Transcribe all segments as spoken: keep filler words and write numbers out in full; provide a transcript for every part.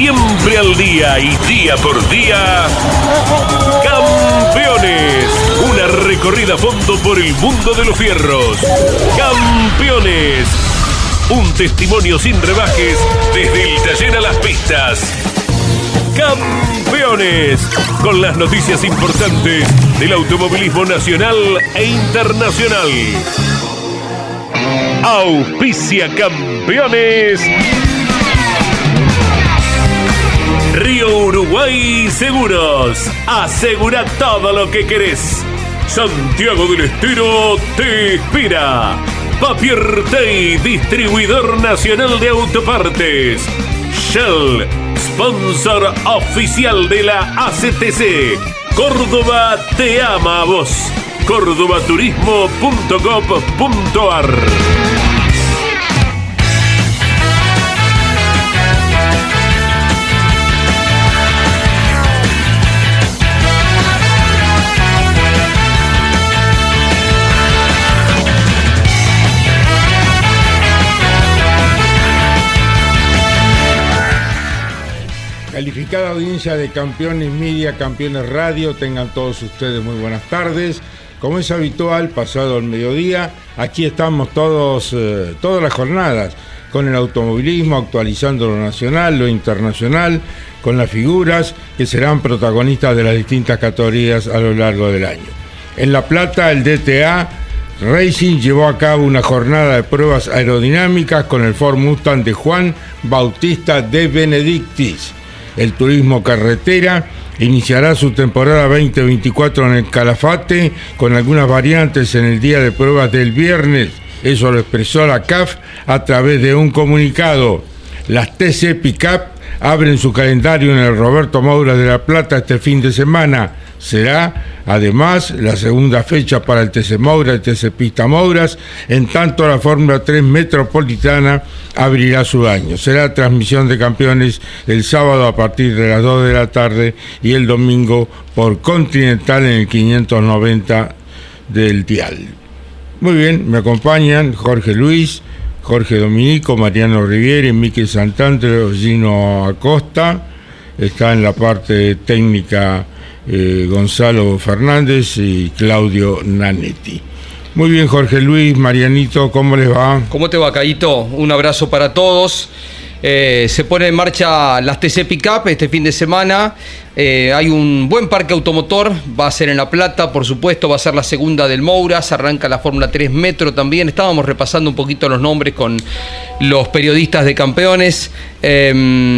Siempre al día y día por día, Campeones. Una recorrida a fondo por el mundo de los fierros. Campeones. Un testimonio sin rebajes desde el taller a las pistas. Campeones. Con las noticias importantes del automovilismo nacional e internacional. Auspicia Campeones. Río Uruguay Seguros. Asegura todo lo que querés. Santiago del Estero te inspira. Papier Tay, distribuidor nacional de autopartes. Shell, sponsor oficial de la A C T C. Córdoba te ama a vos. córdoba turismo punto gov punto ar. Calificada audiencia de Campeones Media, Campeones Radio, tengan todos ustedes muy buenas tardes. Como es habitual, pasado el mediodía, aquí estamos todos, eh, todas las jornadas, con el automovilismo, actualizando lo nacional, lo internacional, con las figuras que serán protagonistas de las distintas categorías a lo largo del año. En La Plata, el D T A Racing llevó a cabo una jornada de pruebas aerodinámicas con el Ford Mustang de Juan Bautista de Benedictis. El turismo carretera iniciará su temporada veinte veinticuatro en el Calafate, con algunas variantes en el día de pruebas del viernes. Eso lo expresó la C A F a través de un comunicado. Las T C Pickup abren su calendario en el Roberto Moura de La Plata este fin de semana. Será, además, la segunda fecha para el T C Moura y T C Pista Mouras, en tanto la Fórmula tres Metropolitana abrirá su año. Será transmisión de Campeones el sábado a partir de las dos de la tarde y el domingo por Continental en el quinientos noventa del dial. Muy bien, me acompañan Jorge Luis, Jorge Dominico, Mariano Riviere, Miquel Santandre, Gino Acosta. Está en la parte técnica Eh, Gonzalo Fernández y Claudio Nanetti. Muy bien, Jorge Luis, Marianito, ¿cómo les va? ¿Cómo te va, Caíto? Un abrazo para todos. Eh, se pone en marcha las T C Pickup este fin de semana. Eh, hay un buen parque automotor, va a ser en La Plata, por supuesto, va a ser la segunda del Mouras, arranca la Fórmula tres Metro también. Estábamos repasando un poquito los nombres con los periodistas de Campeones. Eh,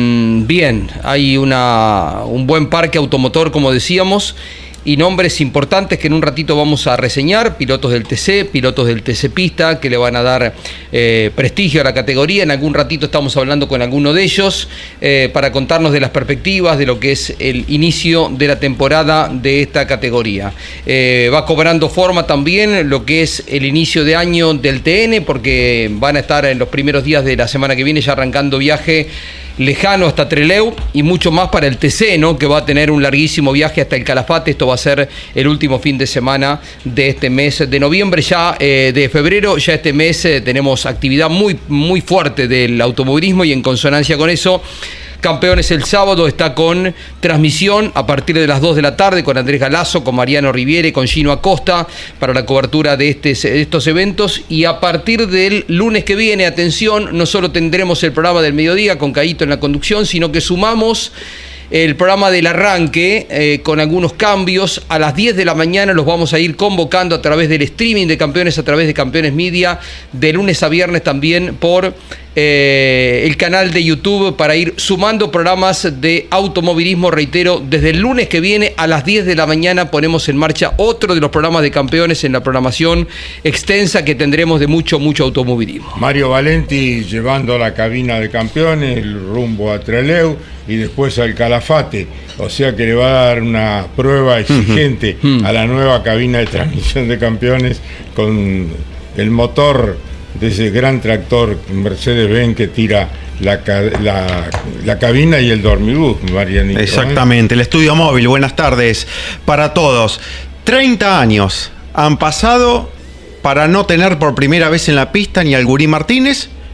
bien, hay una, un buen parque automotor, como decíamos, y nombres importantes que en un ratito vamos a reseñar, pilotos del T C, pilotos del T C Pista, que le van a dar eh, prestigio a la categoría. En algún ratito estamos hablando con alguno de ellos eh, para contarnos de las perspectivas de lo que es el inicio de la temporada de esta categoría. Eh, va cobrando forma también lo que es el inicio de año del T N, porque van a estar en los primeros días de la semana que viene ya arrancando viaje lejano hasta Trelew y mucho más para el T C, ¿no? Que va a tener un larguísimo viaje hasta el Calafate. Esto va a ser el último fin de semana de este mes de noviembre. Ya eh, de febrero, ya este mes eh, tenemos actividad muy, muy fuerte del automovilismo, y en consonancia con eso, Campeones el sábado está con transmisión a partir de las dos de la tarde con Andrés Galazo, con Mariano Riviere, con Gino Acosta para la cobertura de, este, de estos eventos. Y a partir del lunes que viene, atención, no solo tendremos el programa del mediodía con Caíto en la conducción, sino que sumamos el programa del arranque eh, con algunos cambios. A las diez de la mañana los vamos a ir convocando a través del streaming de Campeones, a través de Campeones Media, de lunes a viernes también por eh, el canal de YouTube, para ir sumando programas de automovilismo. Reitero, desde el lunes que viene a las diez de la mañana ponemos en marcha otro de los programas de Campeones en la programación extensa que tendremos de mucho, mucho automovilismo. Mario Valenti llevando la cabina de Campeones, el rumbo a Trelew y después al Calafate, o sea que le va a dar una prueba exigente uh-huh. a la nueva cabina de transmisión de Campeones, con el motor de ese gran tractor Mercedes-Benz que tira la, la, la cabina y el dormibús, Marianito. Exactamente, ¿eh? El estudio móvil. Buenas tardes para todos. treinta años han pasado para no tener por primera vez en la pista ni al Gurí Martínez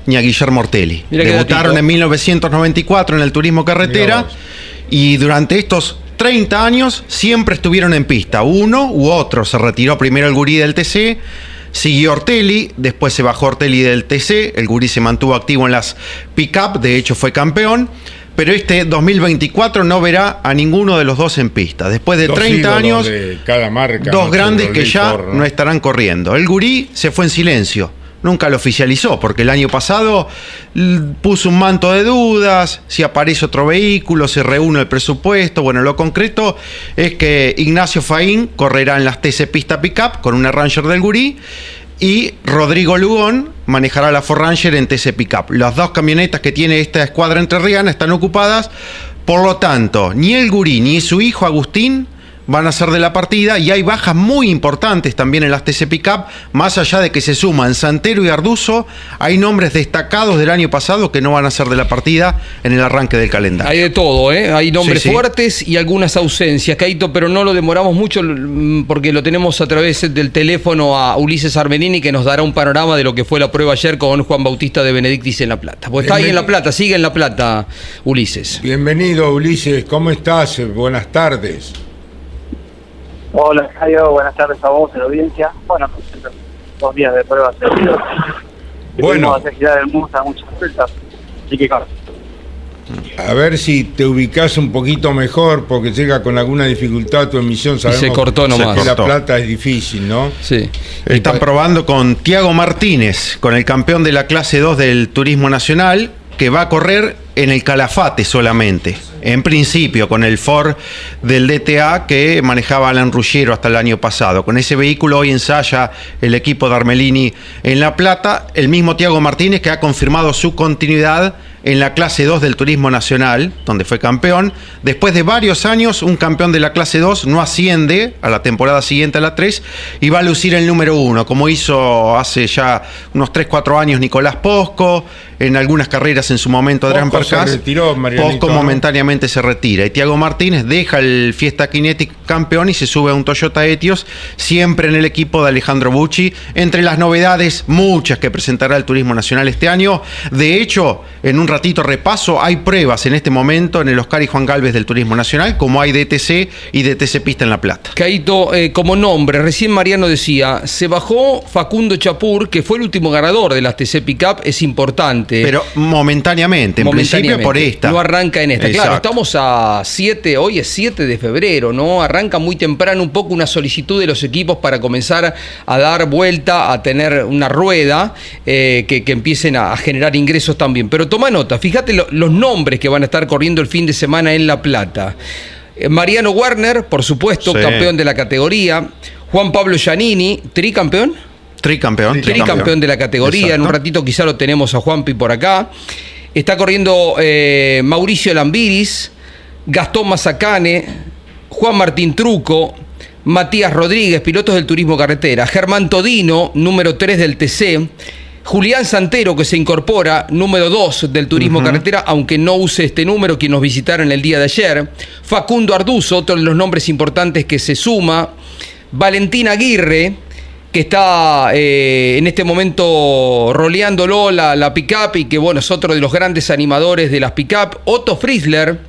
ni a Guillermo Ortelli. Mirá Debutaron en mil novecientos noventa y cuatro en el turismo carretera y durante estos treinta años siempre estuvieron en pista. Uno u otro. Se retiró primero el gurí del T C, siguió Ortelli, después se bajó Ortelli del T C, el gurí se mantuvo activo en las pick-up, de hecho fue campeón. Pero este dos mil veinticuatro no verá a ninguno de los dos en pista. Después de dos treinta años, de cada marca, dos ¿no? grandes que ya Ford, ¿no? no estarán corriendo. El gurí se fue en silencio. Nunca lo oficializó, porque el año pasado puso un manto de dudas, si aparece otro vehículo, se reúne el presupuesto. Bueno, lo concreto es que Ignacio Faín correrá en las T C Pista Pickup con una Ranger del gurí, y Rodrigo Lugón manejará la Ford Ranger en T C Pickup. Las dos camionetas que tiene esta escuadra entrerriana están ocupadas, por lo tanto, ni el gurí ni su hijo Agustín van a ser de la partida, y hay bajas muy importantes también en las T C Pickup, más allá de que se suman Santero y Arduzo, hay nombres destacados del año pasado que no van a ser de la partida en el arranque del calendario. Hay de todo, ¿eh? Hay nombres Sí, sí. fuertes y algunas ausencias, Caito, pero no lo demoramos mucho porque lo tenemos a través del teléfono a Ulises Armenini, que nos dará un panorama de lo que fue la prueba ayer con Juan Bautista de Benedictis en La Plata. Pues está ahí en La Plata, sigue en La Plata, Ulises. Bienvenido, Ulises, ¿cómo estás? Buenas tardes. Hola, Jairo, buenas tardes a vos, a la audiencia. Bueno, dos días de prueba seguidos. Bueno. Pudimos hacer girar el mundo a muchas vueltas. Así que, claro. A ver si te ubicás un poquito mejor, porque llega con alguna dificultad tu emisión. Sabemos se cortó nomás. que La cortó. Plata es difícil, ¿no? Sí. Están probando con Tiago Martínez, con el campeón de la clase dos del Turismo Nacional, que va a correr en el Calafate solamente. En principio, con el Ford del D T A que manejaba Alan Ruggiero hasta el año pasado. Con ese vehículo hoy ensaya el equipo de Armelini en La Plata. El mismo Tiago Martínez, que ha confirmado su continuidad en la clase dos del Turismo Nacional, donde fue campeón. Después de varios años, un campeón de la clase dos no asciende a la temporada siguiente a la tres y va a lucir el número uno, como hizo hace ya unos tres cuatro años Nicolás Posco, en algunas carreras en su momento Adrián Posco se Parcás. retiró, Marianito, Posco ¿no? momentáneamente se retira y Tiago Martínez deja el Fiesta Kinetic campeón y se sube a un Toyota Etios, siempre en el equipo de Alejandro Bucci. Entre las novedades, muchas que presentará el Turismo Nacional este año. De hecho, en un ratito repaso, hay pruebas en este momento en el Oscar y Juan Galvez del Turismo Nacional, como hay D T C y D T C Pista en La Plata. Caito, eh, como nombre, recién Mariano decía, se bajó Facundo Chapur, que fue el último ganador de las T C Pickup, es importante. Pero momentáneamente, en principio por esta. No arranca en esta. Claro, Exacto. estamos a siete, hoy es siete de febrero, ¿no? Arranca muy temprano un poco una solicitud de los equipos para comenzar a dar vuelta, a tener una rueda, eh, que, que empiecen a, a generar ingresos también. Pero toma nota, fíjate lo, los nombres que van a estar corriendo el fin de semana en La Plata. Eh, Mariano Werner, por supuesto, Sí. campeón de la categoría. Juan Pablo Giannini, tricampeón. Tricampeón. Tricampeón de la categoría. Exacto. En un ratito quizá lo tenemos a Juanpi por acá. Está corriendo eh, Mauricio Lambiris, Gastón Mazacane, Juan Martín Truco, Matías Rodríguez, pilotos del Turismo Carretera, Germán Todino, número tres del T C, Julián Santero, que se incorpora, número dos del Turismo uh-huh. Carretera, aunque no use este número, quien nos visitaron el día de ayer, Facundo Arduzo, otro de los nombres importantes que se suma, Valentín Aguirre, que está eh, en este momento roleándolo la, la pick-up y que, bueno, es otro de los grandes animadores de las pick-up. Otto Frizzler,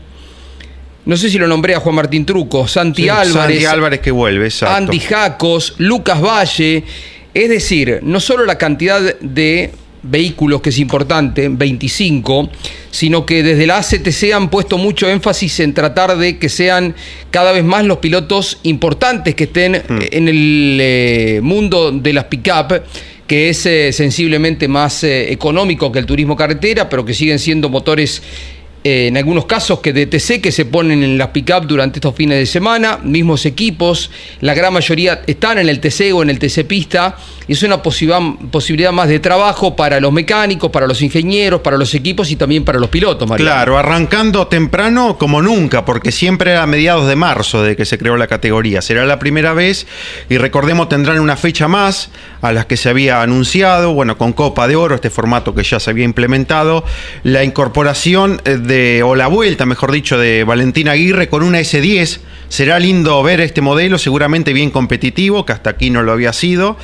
no sé si lo nombré a Juan Martín Truco, Santi Sí, Álvarez, Santi Álvarez que vuelve, exacto. Andy Jacos, Lucas Valle. Es decir, no solo la cantidad de vehículos, que es importante, veinticinco, sino que desde la A C T C han puesto mucho énfasis en tratar de que sean cada vez más los pilotos importantes que estén mm. en el eh, mundo de las pick-up, que es eh, sensiblemente más eh, económico que el turismo carretera, pero que siguen siendo motores eh, en algunos casos que D T C, que se ponen en las pick-up durante estos fines de semana, mismos equipos, la gran mayoría están en el T C o en el T C Pista, y es una posibilidad, posibilidad más de trabajo para los mecánicos, para los ingenieros, para los equipos y también para los pilotos, Mariano. Claro, arrancando temprano como nunca, porque siempre era a mediados de marzo de que se creó la categoría. Será la primera vez y recordemos tendrán una fecha más a las que se había anunciado, bueno, con Copa de Oro, este formato que ya se había implementado, la incorporación de, o la vuelta, mejor dicho, de Valentín Aguirre con una ese diez. Será lindo ver este modelo, seguramente bien competitivo, que hasta aquí no lo había sido.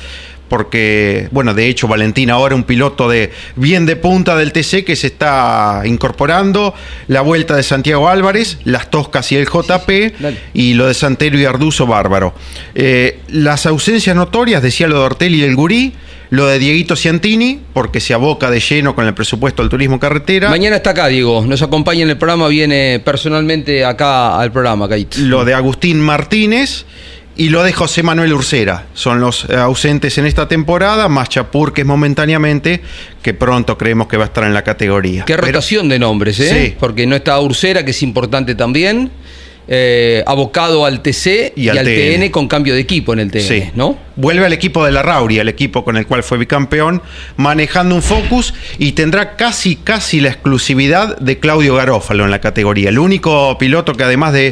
porque, bueno, de hecho Valentín ahora un piloto de bien de punta del T C que se está incorporando, la vuelta de Santiago Álvarez, las Toscas y el J P, Dale. y lo de Santero y Arduzo bárbaro. Eh, las ausencias notorias, decía lo de Ortelli y el Gurí, lo de Dieguito Ciantini, porque se aboca de lleno con el presupuesto del turismo carretera. Mañana está acá, Diego. Nos acompaña en el programa, viene personalmente acá al programa, Caíto. Lo de Agustín Martínez y lo de José Manuel Ursera. Son los ausentes en esta temporada, más Chapur, que es momentáneamente, que pronto creemos que va a estar en la categoría. Qué rotación Pero, de nombres, ¿eh? Sí. Porque no está Ursera, que es importante también. Eh, abocado al T C y, y al, al T N. T N con cambio de equipo en el T N, sí. ¿no? Vuelve al equipo de la Rauri, al equipo con el cual fue bicampeón, manejando un Focus y tendrá casi, casi la exclusividad de Claudio Garófalo en la categoría. El único piloto que además de,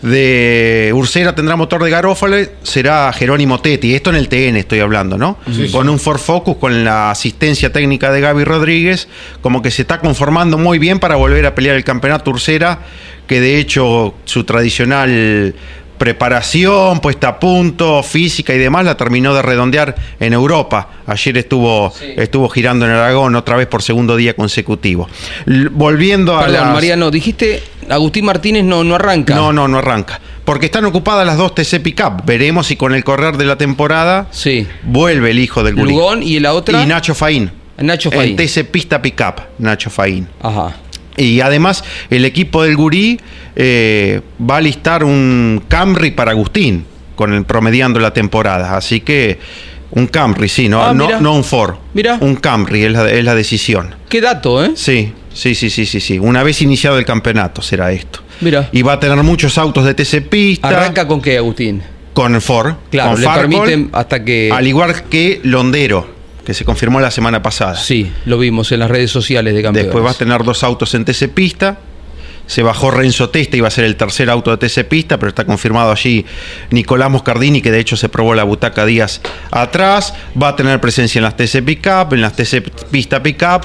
de Ursera tendrá motor de Garófalo será Jerónimo Tetti. Esto en el T N estoy hablando, ¿no? Sí, con sí. un Ford Focus, con la asistencia técnica de Gaby Rodríguez, como que se está conformando muy bien para volver a pelear el campeonato Ursera, que de hecho su tradicional preparación, puesta a punto, física y demás, la terminó de redondear en Europa. Ayer estuvo, sí. estuvo girando en Aragón otra vez por segundo día consecutivo. L- volviendo a Perdón, las... Mariano, dijiste Agustín Martínez no, no arranca. No, no, no arranca. Porque están ocupadas las dos T C Pickup. Veremos si con el correr de la temporada sí. vuelve el hijo del Gurí. Lugón y la otra... Y Nacho Faín. Nacho Faín. En T C Pista Pickup, Nacho Faín. Ajá. Y además el equipo del Gurí eh, va a listar un Camry para Agustín, con el promediando la temporada. Así que un Camry, sí, no, ah, no, no un Ford. Mira. Un Camry es la, es la decisión. Qué dato, ¿eh? Sí, sí, sí, sí, sí, sí. Una vez iniciado el campeonato será esto. Mira. Y va a tener muchos autos de T C Pista. ¿Arranca con qué, Agustín? Con el Ford. Claro, con le Farcol, permiten hasta que... Al igual que Londero, que se confirmó la semana pasada. Sí, lo vimos en las redes sociales de campeones. Después va a tener dos autos en T C Pista. Se bajó Renzo Testa, iba a ser el tercer auto de T C Pista, pero está confirmado allí Nicolás Moscardini, que de hecho se probó la butaca días atrás. Va a tener presencia en las T C Pickup, en las T C Pista Pickup.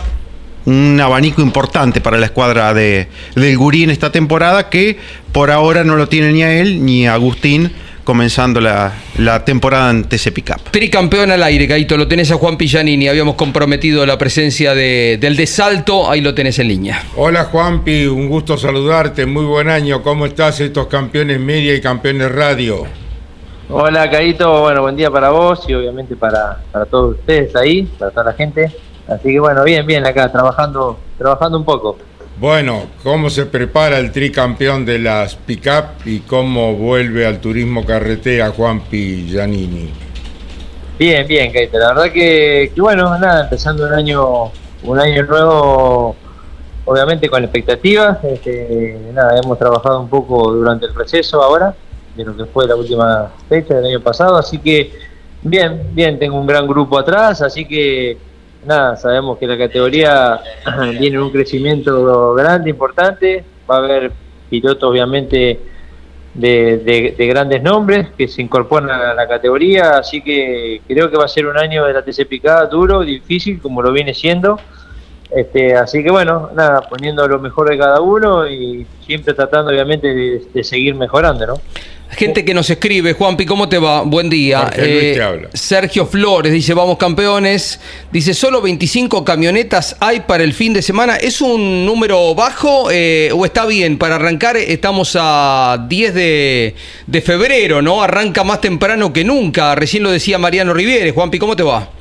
Un abanico importante para la escuadra de, del Gurí en esta temporada, que por ahora no lo tiene ni a él ni a Agustín, comenzando la, la temporada en T C Pickup. Tricampeón al aire, Caíto, lo tenés a Juan Pillanini. Habíamos comprometido la presencia de, del de Salto, ahí lo tenés en línea. Hola Juanpi, un gusto saludarte, muy buen año. ¿Cómo estás, estos campeones media y campeones radio? Hola Caíto, bueno, buen día para vos y obviamente para, para todos ustedes ahí, para toda la gente. Así que bueno, bien, bien acá, trabajando, trabajando un poco. Bueno, ¿cómo se prepara el tricampeón de las pick-up y cómo vuelve al turismo carretera Juanpi Giannini? Bien, bien, Caíto. La verdad que, que bueno, nada, empezando un año, un año nuevo, obviamente con expectativas. Este, nada, hemos trabajado un poco durante el receso ahora, de lo que fue la última fecha del año pasado, así que bien, bien, tengo un gran grupo atrás, así que nada, sabemos que la categoría viene en un crecimiento grande, importante. Va a haber pilotos obviamente de, de, de grandes nombres que se incorporan a la categoría, así que creo que va a ser un año de la T C Picada duro, difícil, como lo viene siendo. Este, así que bueno, nada, poniendo lo mejor de cada uno y siempre tratando obviamente de, de seguir mejorando, ¿no? Gente que nos escribe, Juanpi, ¿cómo te va? Buen día. Eh, habla. Sergio Flores dice, vamos campeones. Dice, solo veinticinco camionetas hay para el fin de semana. ¿Es un número bajo eh, o está bien? Para arrancar estamos a diez de febrero, ¿no? Arranca más temprano que nunca. Recién lo decía Mariano Rivieres. Juanpi, ¿cómo te va?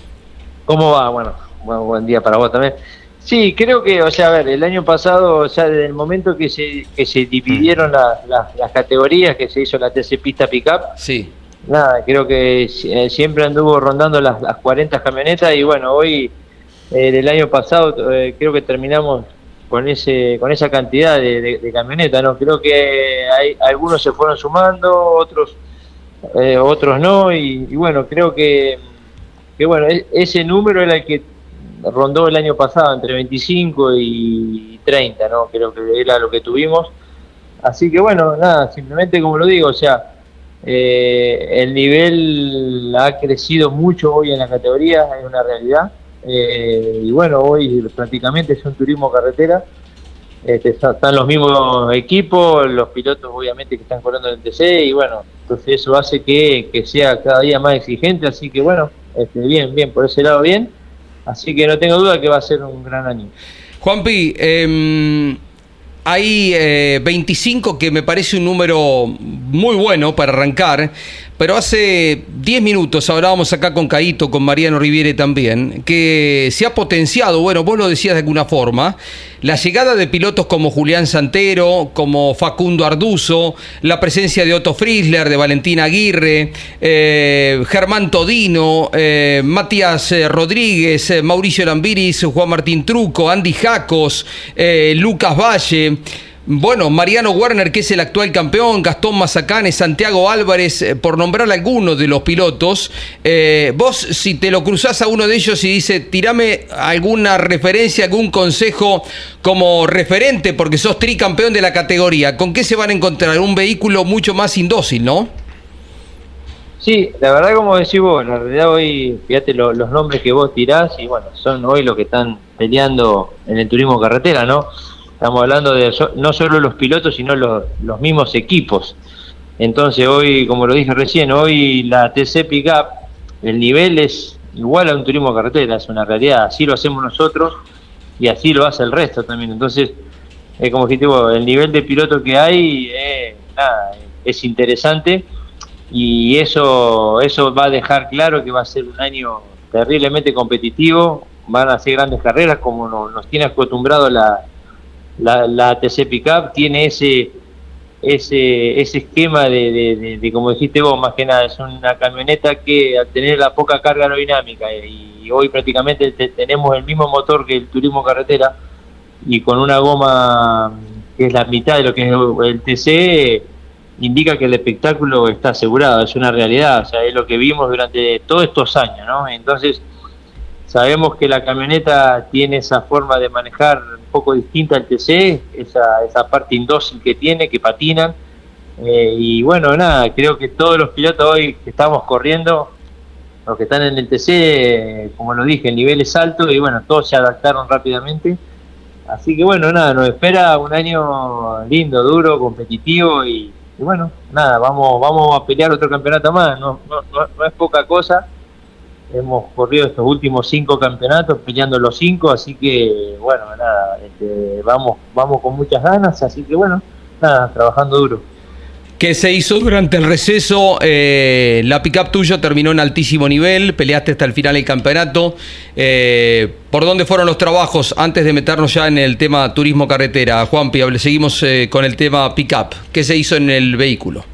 ¿Cómo va? Bueno, bueno, buen día para vos también. Sí, creo que, o sea, a ver, el año pasado, o sea, desde el momento que se que se dividieron la, la, las categorías, que se hizo la T C Pista Pickup, sí. Nada, creo que eh, siempre anduvo rondando las, las cuarenta camionetas y bueno, hoy, eh, del año pasado, eh, creo que terminamos con ese con esa cantidad de, de, de camionetas, ¿no? Creo que hay algunos se fueron sumando, otros eh, otros no, y, y bueno, creo que, que bueno, ese número era el que rondó el año pasado entre veinticinco y treinta, ¿no? Creo que era lo que tuvimos. Así que bueno, nada, simplemente como lo digo, o sea, eh, el nivel ha crecido mucho hoy en la categoría, es una realidad. Eh, y bueno, hoy prácticamente es un turismo carretera. Este, están los mismos equipos, los pilotos obviamente que están corriendo en el T C y bueno, entonces eso hace que, que sea cada día más exigente, así que bueno, este, bien, bien, por ese lado bien, así que no tengo duda que va a ser un gran año. Juanpi, eh, hay eh, veinticinco, que me parece un número muy bueno para arrancar, pero hace diez minutos hablábamos acá con Caíto, con Mariano Riviere también, que se ha potenciado, bueno, vos lo decías de alguna forma, la llegada de pilotos como Julián Santero, como Facundo Arduzo, la presencia de Otto Frizzler, de Valentín Aguirre, eh, Germán Todino, eh, Matías eh, Rodríguez, eh, Mauricio Lambiris, Juan Martín Truco, Andy Jacos, eh, Lucas Valle. Bueno, Mariano Werner, que es el actual campeón, Gastón Mazacane, Santiago Álvarez, eh, por nombrar algunos de los pilotos. Eh, vos, si te lo cruzás a uno de ellos y dice, tirame alguna referencia, algún consejo como referente, porque sos tricampeón de la categoría, ¿con qué se van a encontrar? Un vehículo mucho más indócil, ¿no? Sí, la verdad, como decís vos, en realidad hoy, fíjate lo, los nombres que vos tirás, y bueno, son hoy los que están peleando en el turismo carretera, ¿no? Estamos hablando de so, no solo los pilotos, sino los, los mismos equipos. Entonces hoy, como lo dije recién, hoy la T C Pickup, el nivel es igual a un turismo de carretera, es una realidad. Así lo hacemos nosotros y así lo hace el resto también. Entonces, es como dijiste vos, el nivel de piloto que hay eh, nada, es interesante, y eso, eso va a dejar claro que va a ser un año terriblemente competitivo. Van a ser grandes carreras como nos, nos tiene acostumbrado la La, la T C Pickup. Tiene ese ese ese esquema de, de, de, de, como dijiste vos, más que nada, es una camioneta que al tener la poca carga aerodinámica, y hoy prácticamente te, tenemos el mismo motor que el turismo carretera, y con una goma que es la mitad de lo que es el T C, indica que el espectáculo está asegurado, es una realidad, o sea, es lo que vimos durante todos estos años, ¿no? Entonces, sabemos que la camioneta tiene esa forma de manejar un poco distinta al T C, esa, esa parte indócil que tiene, que patinan. Eh, y bueno, nada, creo que todos los pilotos hoy que estamos corriendo, los que están en el T C, eh, como lo dije, el nivel es alto y bueno, todos se adaptaron rápidamente. Así que bueno, nada, nos espera un año lindo, duro, competitivo y, y bueno, nada, vamos vamos a pelear otro campeonato más, no, no, no, no es poca cosa. Hemos corrido estos últimos cinco campeonatos peleando los cinco, así que bueno, nada, este, vamos vamos con muchas ganas, así que bueno, nada, trabajando duro. ¿Qué se hizo durante el receso? Eh, la pick-up tuyo terminó en altísimo nivel, peleaste hasta el final del campeonato. Eh, ¿Por dónde fueron los trabajos antes de meternos ya en el tema turismo carretera? Juanpi, seguimos eh, con el tema pick-up. ¿Qué se hizo en el vehículo?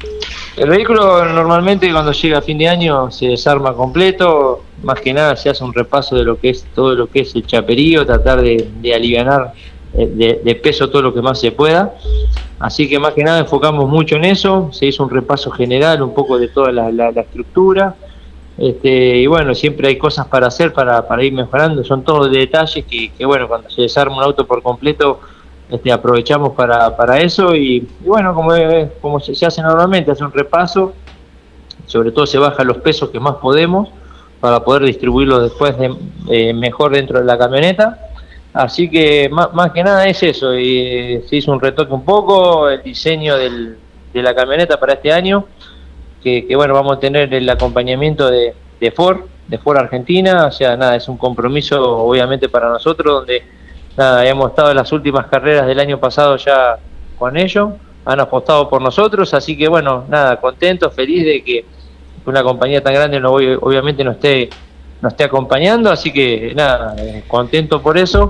El vehículo normalmente cuando llega a fin de año se desarma completo, más que nada se hace un repaso de lo que es todo lo que es el chaperío, tratar de, de alivianar de, de peso todo lo que más se pueda, así que más que nada enfocamos mucho en eso, se hizo un repaso general un poco de toda la, la, la estructura, este, y bueno, siempre hay cosas para hacer para, para ir mejorando, son todos detalles que, que bueno, cuando se desarma un auto por completo, Este, aprovechamos para, para eso y, y bueno, como, como se, se hace normalmente, hace un repaso, sobre todo se bajan los pesos que más podemos para poder distribuirlos después de, eh, mejor dentro de la camioneta, así que más, más que nada es eso, y se hizo un retoque un poco, el diseño del, de la camioneta para este año, que, que bueno, vamos a tener el acompañamiento de, de Ford, de Ford Argentina, o sea, nada, es un compromiso obviamente para nosotros, donde nada, hemos estado en las últimas carreras del año pasado ya con ellos, han apostado por nosotros, así que bueno, nada, contento, feliz de que una compañía tan grande no, obviamente nos esté, nos esté acompañando, así que nada, contento por eso,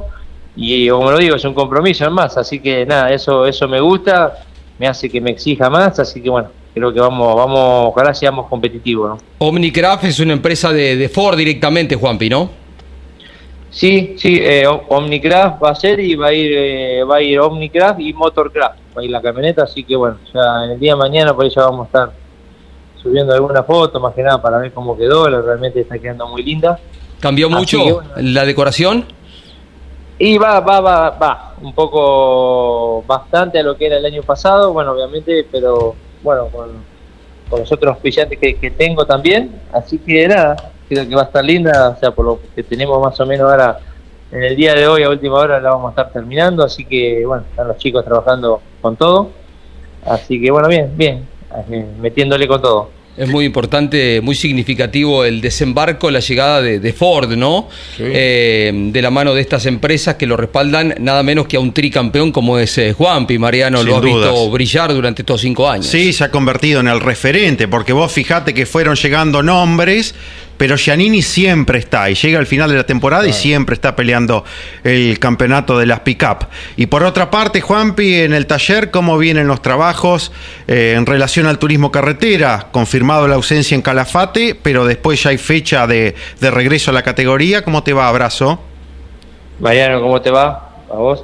y como lo digo, es un compromiso en más, así que nada, eso, eso me gusta, me hace que me exija más, así que bueno, creo que vamos, vamos, ojalá seamos competitivos, ¿no? Omnicraft es una empresa de, de Ford directamente, Juanpi, ¿no? Sí, sí, eh, Omnicraft va a ser y va a ir eh, va a ir Omnicraft y Motorcraft, va a ir la camioneta, así que bueno, ya en el día de mañana por ahí ya vamos a estar subiendo alguna foto, más que nada para ver cómo quedó, realmente está quedando muy linda. ¿Cambió mucho que, bueno, la decoración? Y va, va, va, va, un poco bastante a lo que era el año pasado, bueno, obviamente, pero bueno, con, con los otros auspiciantes que, que tengo también, así que nada, creo que va a estar linda, o sea, por lo que tenemos más o menos ahora, en el día de hoy, a última hora, la vamos a estar terminando, así que, bueno, están los chicos trabajando con todo, así que, bueno, bien, bien, metiéndole con todo. Es muy importante, muy significativo el desembarco, la llegada de, de Ford, ¿no? Sí. Eh, de la mano de estas empresas que lo respaldan nada menos que a un tricampeón como es eh, Juanpi. Mariano, Sin lo has dudas. visto brillar durante estos cinco años. Sí, se ha convertido en el referente, porque vos fijate que fueron llegando nombres, pero Giannini siempre está y llega al final de la temporada claro. y siempre está peleando el campeonato de las pick-up. Y por otra parte, Juanpi, en el taller, ¿cómo vienen los trabajos eh, en relación al turismo carretera? Confirmado la ausencia en Calafate, pero después ya hay fecha de, de regreso a la categoría. ¿Cómo te va? Abrazo. Mariano, ¿cómo te va? A vos.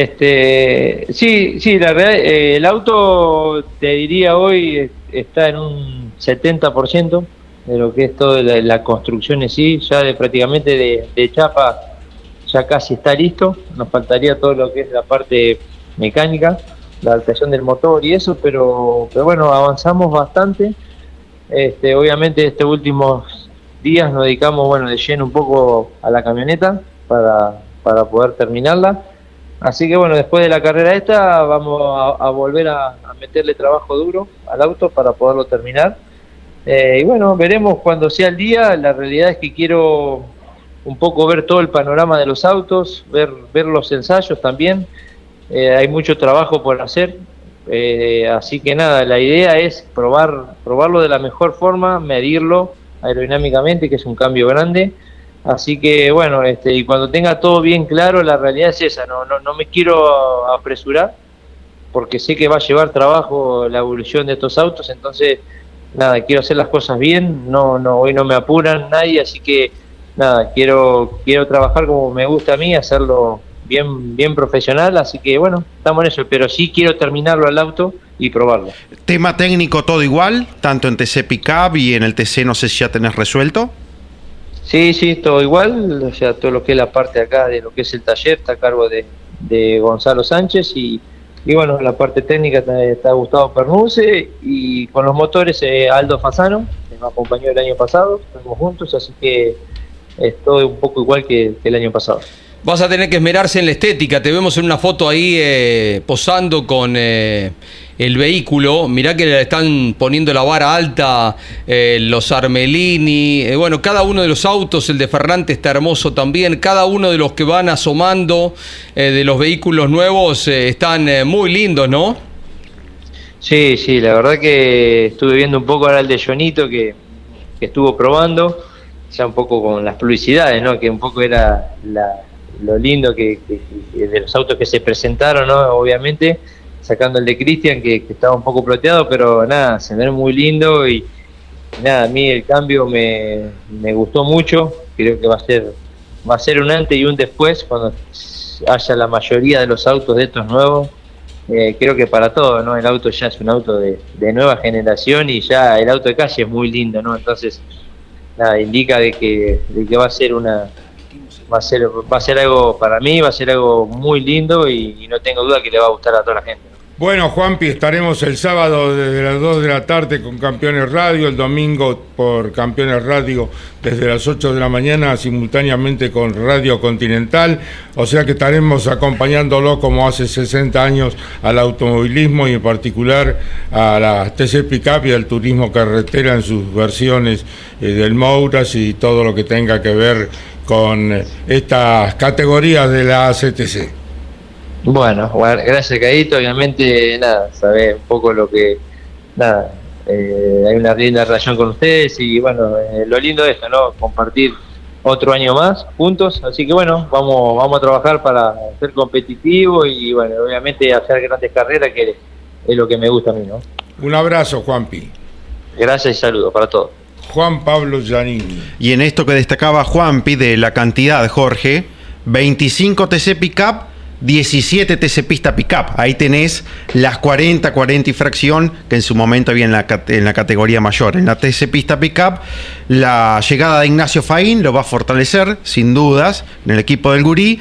Este, sí, sí, la verdad, eh, el auto, te diría hoy, está en un setenta por ciento de lo que es toda la, la construcción en sí, ya de, prácticamente de, de chapa ya casi está listo, nos faltaría todo lo que es la parte mecánica, la adaptación del motor y eso, pero, pero bueno, avanzamos bastante. Este, obviamente estos últimos días nos dedicamos bueno de lleno un poco a la camioneta para, para poder terminarla, así que bueno, después de la carrera esta vamos a, a volver a, a meterle trabajo duro al auto para poderlo terminar. Eh, y bueno, veremos cuando sea el día. La realidad es que quiero un poco ver todo el panorama de los autos, ver, ver los ensayos también. Eh, hay mucho trabajo por hacer, eh, así que nada, la idea es probar, probarlo de la mejor forma, medirlo aerodinámicamente, que es un cambio grande. Así que bueno, este, y cuando tenga todo bien claro, la realidad es esa, no, no, no me quiero apresurar, porque sé que va a llevar trabajo la evolución de estos autos, entonces nada, quiero hacer las cosas bien, no, no, hoy no me apuran nadie, así que nada, quiero, quiero trabajar como me gusta a mí, hacerlo bien, bien profesional, así que bueno, estamos en eso, pero sí quiero terminarlo al auto y probarlo. Tema técnico todo igual, tanto en T C Pickup y en el T C, no sé si ya tenés resuelto. Sí, sí, todo igual, o sea, todo lo que es la parte acá de lo que es el taller está a cargo de, de Gonzalo Sánchez y Y bueno, la parte técnica está, está Gustavo Pernuse y con los motores eh, Aldo Fasano, que me acompañó el año pasado, estamos juntos, así que es todo un poco igual que, que el año pasado. Vas a tener que esmerarse en la estética, te vemos en una foto ahí eh, posando con eh, el vehículo, mirá que le están poniendo la vara alta eh, los Armelini, eh, bueno, cada uno de los autos, el de Ferrante está hermoso también, cada uno de los que van asomando eh, de los vehículos nuevos eh, están eh, muy lindos, ¿no? Sí, sí, la verdad que estuve viendo un poco ahora el de Jonito que, que estuvo probando, ya un poco con las publicidades, ¿no? Que un poco era la, lo lindo que, que, que de los autos que se presentaron, ¿no? Obviamente, sacando el de Cristian que, que estaba un poco ploteado, pero nada, se ve muy lindo y nada, a mí el cambio me, me gustó mucho, creo que va a ser va a ser un antes y un después cuando haya la mayoría de los autos de estos nuevos, eh, creo que para todo, ¿no? El auto ya es un auto de, de nueva generación y ya el auto de calle es muy lindo, ¿no? Entonces, nada, indica de que, de que va a ser una va a ser va a ser algo para mí, va a ser algo muy lindo y, y no tengo duda que le va a gustar a toda la gente, ¿no? Bueno, Juanpi, estaremos el sábado desde las dos de la tarde con Campeones Radio, el domingo por Campeones Radio desde las ocho de la mañana simultáneamente con Radio Continental, o sea que estaremos acompañándolo como hace sesenta años al automovilismo y en particular a la T C Pickup y al turismo carretera en sus versiones eh, del Mouras y todo lo que tenga que ver con estas categorías de la A C T C. Bueno, bueno, gracias Caíto, obviamente nada, sabés un poco lo que, nada, eh, hay una linda relación con ustedes y bueno, eh, lo lindo de esto, ¿no? Compartir otro año más juntos, así que bueno, vamos, vamos a trabajar para ser competitivos y bueno, obviamente hacer grandes carreras que es lo que me gusta a mí, ¿no? Un abrazo, Juanpi. Gracias y saludos para todos. Juan Pablo Giannini. Y en esto que destacaba Juanpi de la cantidad, Jorge, veinticinco T C Pickup, diecisiete T C Pista Pickup. Ahí tenés las cuarenta, cuarenta y fracción que en su momento había en la, en la categoría mayor. En la T C Pista Pickup, la llegada de Ignacio Faín lo va a fortalecer, sin dudas, en el equipo del Gurí.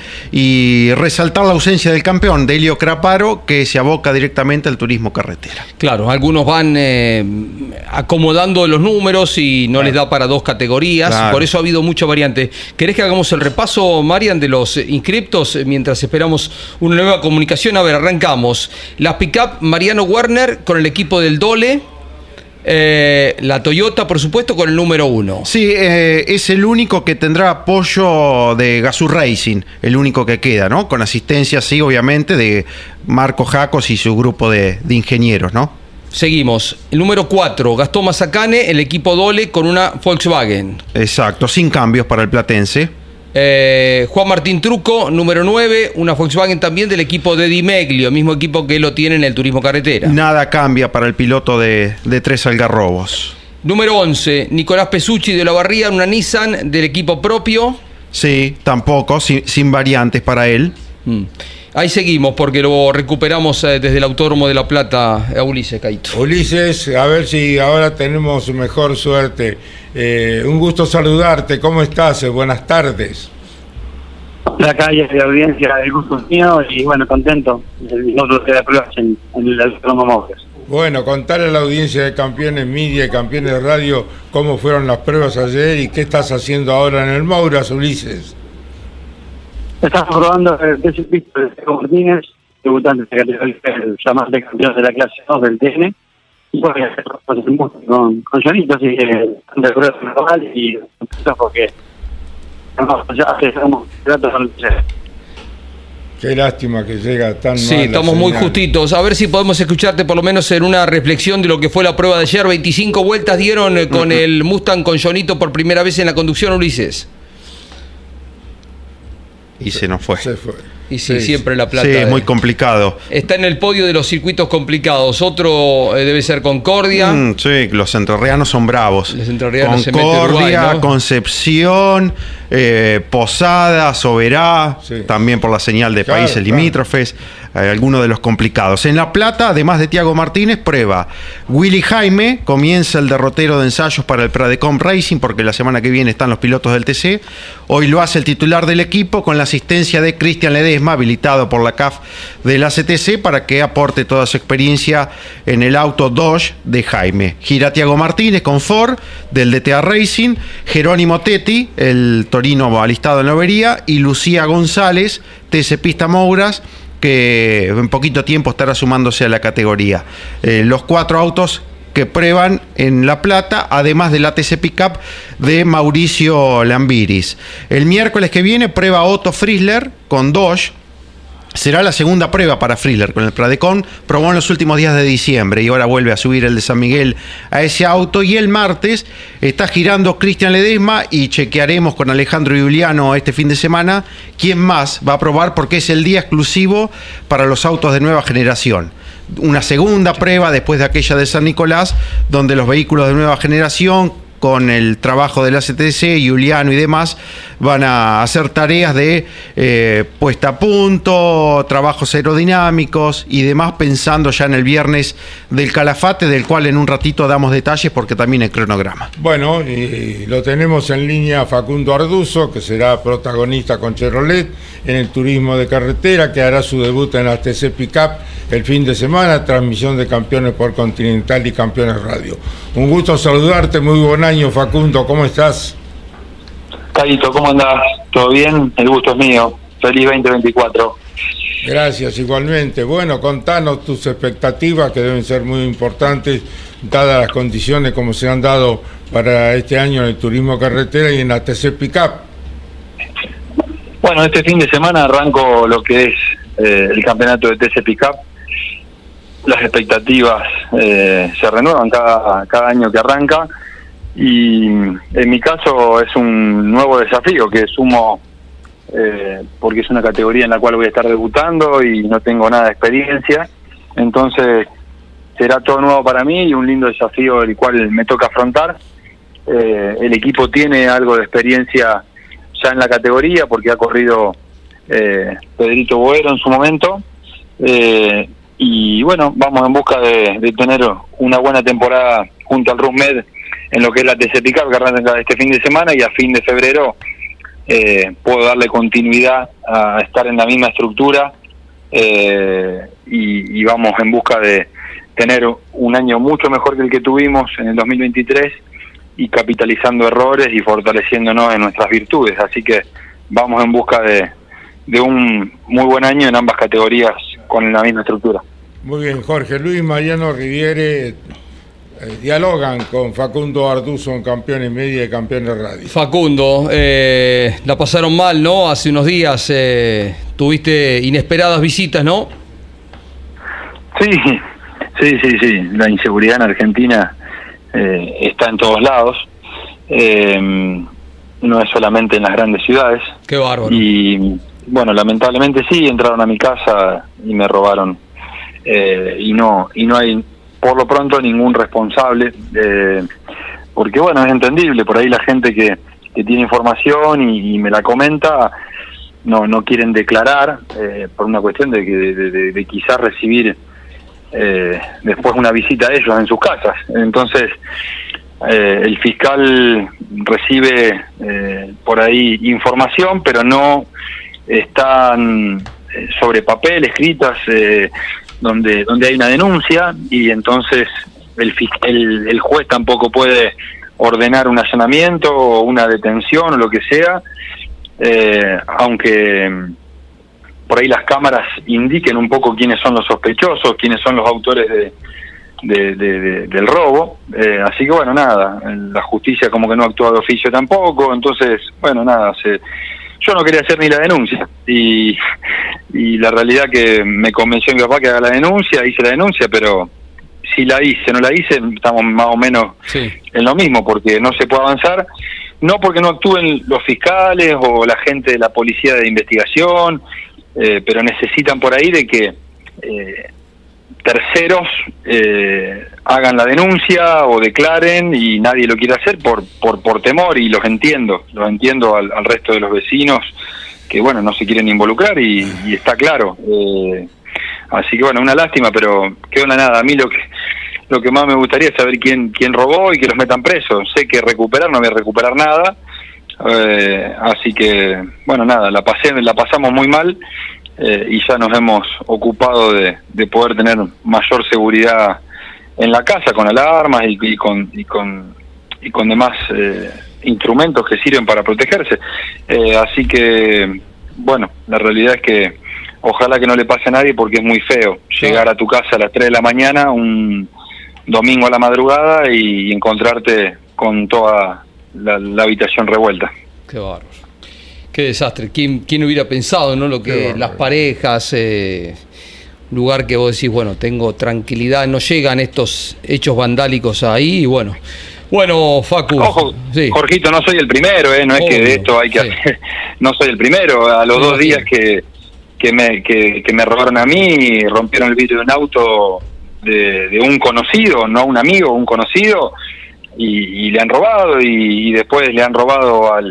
Y resaltar la ausencia del campeón, Delio Craparo, que se aboca directamente al turismo carretera. Claro, algunos van eh, acomodando los números y no claro. les da para dos categorías. Claro. Por eso ha habido mucha variante. ¿Querés que hagamos el repaso, Marian, de los inscriptos mientras esperamos una nueva comunicación? A ver, arrancamos. Las Pickup, Mariano Werner con el equipo del Dole. Eh, la Toyota, por supuesto, con el número uno. Sí, eh, es el único que tendrá apoyo de Gazoo Racing, el único que queda, ¿no? Con asistencia, sí, obviamente, de Marco Jacos y su grupo de, de ingenieros, ¿no? Seguimos. El número cuatro, Gastón Mazacane, el equipo Dole con una Volkswagen. Exacto, sin cambios para el platense. Eh, Juan Martín Truco, número nueve, una Volkswagen también del equipo de Di Meglio, mismo equipo que lo tiene en el turismo carretera. Nada cambia para el piloto de, de Tres Algarrobos. Número once, Nicolás Pesucci de Olavarría, una Nissan del equipo propio. Sí, tampoco, sin, sin variantes para él. Mm. Ahí seguimos porque lo recuperamos eh, desde el Autódromo de La Plata a Ulises Caito. Ulises, a ver si ahora tenemos mejor suerte. Eh, un gusto saludarte, ¿cómo estás? Buenas tardes. La calle de audiencia, el gusto es mío y bueno, contento. Nosotros de pruebas en, en el Autódromo Móviles. Bueno, contarle a la audiencia de Campeones Media y Campeones Radio cómo fueron las pruebas ayer y qué estás haciendo ahora en el Mouras, Ulises. Estamos probando el T C P de Diego Martínez, debutante de categoría, el llamante campeón de la clase dos del T N. Y bueno, con, con Jonito, así que de pruebas normal y porque no, ya estamos tratos con el T C. Qué lástima que llega tan Sí, mal. estamos muy justitos. A ver si podemos escucharte por lo menos en una reflexión de lo que fue la prueba de ayer. veinticinco vueltas dieron eh, con el Mustang con Jonito por primera vez en la conducción, Ulises. Y se nos fue. Se fue. Y sí, Sí, siempre La Plata. Sí, es muy eh, complicado. Está en el podio de los circuitos complicados. Otro eh, debe ser Concordia. Mm, sí, los entrerrianos son bravos. Los entrerrianos se meten Concordia, Uruguay, ¿no? Concepción, eh, Posada, Soberá, Sí. también por la señal de Claro, países claro. limítrofes, eh, algunos de los complicados. En La Plata, además de Tiago Martínez, prueba Willy Jaime, comienza el derrotero de ensayos para el Pradecom Racing, porque la semana que viene están los pilotos del T C. Hoy lo hace el titular del equipo con la asistencia de Cristian Ledesma, habilitado por la C A F de la C T C, para que aporte toda su experiencia en el auto Dodge de Jaime. Gira Tiago Martínez con Ford del D T A Racing, Jerónimo Tetti, el torino alistado en la Lobería, y Lucía González, T C Pista Mouras, que en poquito tiempo estará sumándose a la categoría. Eh, los cuatro autos que prueban en La Plata, además de la T C Pickup de Mauricio Lambiris. El miércoles que viene prueba Otto Frizzler con Dodge. Será la segunda prueba para Frizzler con el Pradecom. Probó en los últimos días de diciembre y ahora vuelve a subir el de San Miguel a ese auto. Y el martes está girando Cristian Ledesma y chequearemos con Alejandro Giuliano este fin de semana quién más va a probar, porque es el día exclusivo para los autos de nueva generación. Una segunda prueba después de aquella de San Nicolás, donde los vehículos de nueva generación, con el trabajo de la C T C, Giuliano y demás, van a hacer tareas de eh, puesta a punto, trabajos aerodinámicos y demás, pensando ya en el viernes del Calafate, del cual en un ratito damos detalles porque también hay cronograma. Bueno, y lo tenemos en línea Facundo Arduzo, que será protagonista con Chevrolet en el turismo de carretera, que hará su debut en la T C Pickup el fin de semana, transmisión de Campeones por Continental y Campeones Radio. Un gusto saludarte, muy buen año, Facundo, ¿cómo estás? Caito, ¿cómo andás? ¿Todo bien? El gusto es mío. Feliz veinte veinticuatro. Gracias, igualmente. Bueno, contanos tus expectativas, que deben ser muy importantes, dadas las condiciones como se han dado para este año en el turismo carretera y en la T C Pickup. Bueno, este fin de semana arranco lo que es eh, el campeonato de T C Pickup. Las expectativas eh, se renuevan cada, cada año que arranca, y en mi caso es un nuevo desafío que sumo eh, porque es una categoría en la cual voy a estar debutando y no tengo nada de experiencia, entonces será todo nuevo para mí y un lindo desafío el cual me toca afrontar. Eh, el equipo tiene algo de experiencia ya en la categoría porque ha corrido eh, Pedrito Boero en su momento, eh, y bueno, vamos en busca de, de tener una buena temporada junto al RUSMED en lo que es la T C Pickup, que arranca este fin de semana, y a fin de febrero eh, puedo darle continuidad a estar en la misma estructura, eh, y, y vamos en busca de tener un año mucho mejor que el que tuvimos en el dos mil veintitrés y capitalizando errores y fortaleciéndonos en nuestras virtudes, así que vamos en busca de, de un muy buen año en ambas categorías con la misma estructura. Muy bien, Jorge Luis Mariano Riviere, eh, dialogan con Facundo Arduzo en Campeones Media y Campeones Radio. Facundo, eh, la pasaron mal, ¿no? Hace unos días eh, tuviste inesperadas visitas, ¿no? Sí, sí, sí, sí. La inseguridad en Argentina eh, está en todos lados. Eh, no es solamente en las grandes ciudades. Qué bárbaro. Y bueno, lamentablemente sí, entraron a mi casa y me robaron. Eh, y no y no hay por lo pronto ningún responsable, eh, porque bueno, es entendible, por ahí la gente que, que tiene información y, y me la comenta, no no quieren declarar, eh, por una cuestión de, de, de, de, de quizás recibir eh, después una visita a ellos en sus casas. Entonces eh, el fiscal recibe eh, por ahí información, pero no están eh, sobre papel escritas eh, donde donde hay una denuncia, y entonces el, el el juez tampoco puede ordenar un allanamiento o una detención o lo que sea, eh, aunque por ahí las cámaras indiquen un poco quiénes son los sospechosos, quiénes son los autores de, de, de, de del robo. Eh, así que bueno, nada, la justicia como que no actúa de oficio tampoco, entonces bueno, nada, se yo no quería hacer ni la denuncia, y, y la realidad que me convenció mi papá que haga la denuncia, hice la denuncia, pero si la hice, no la hice, estamos más o menos sí. en lo mismo, porque no se puede avanzar, no porque no actúen los fiscales o la gente de la policía de investigación, eh, pero necesitan por ahí de que eh, terceros eh, hagan la denuncia o declaren, y nadie lo quiere hacer por por por temor, y los entiendo, los entiendo al, al resto de los vecinos que bueno, no se quieren involucrar, y, y está claro, eh, así que bueno, una lástima, pero qué onda, nada, a mí lo que lo que más me gustaría es saber quién quién robó y que los metan presos. Sé que recuperar no voy a recuperar nada, eh, así que bueno, nada, la pasé la pasamos muy mal. Eh, y ya nos hemos ocupado de, de poder tener mayor seguridad en la casa, con alarmas y, y con y con y con demás eh, instrumentos que sirven para protegerse. Eh, así que bueno, la realidad es que ojalá que no le pase a nadie, porque es muy feo llegar a tu casa a las tres de la mañana un domingo a la madrugada y encontrarte con toda la, la habitación revuelta. Qué bárbaro. Qué desastre. ¿Quién, quién hubiera pensado, ¿no? Lo que las parejas, eh, lugar que vos decís, bueno, tengo tranquilidad, no llegan estos hechos vandálicos ahí, y bueno. Bueno, Facu. Ojo, sí. Jorgito, no soy el primero, ¿eh? No Obvio, es que de esto hay que sí. hacer. No soy el primero. A los sí, dos días que, que, me, que, que me robaron a mí, rompieron el vidrio de un auto de, de un conocido, no un amigo, un conocido, y, y le han robado, y, y después le han robado al.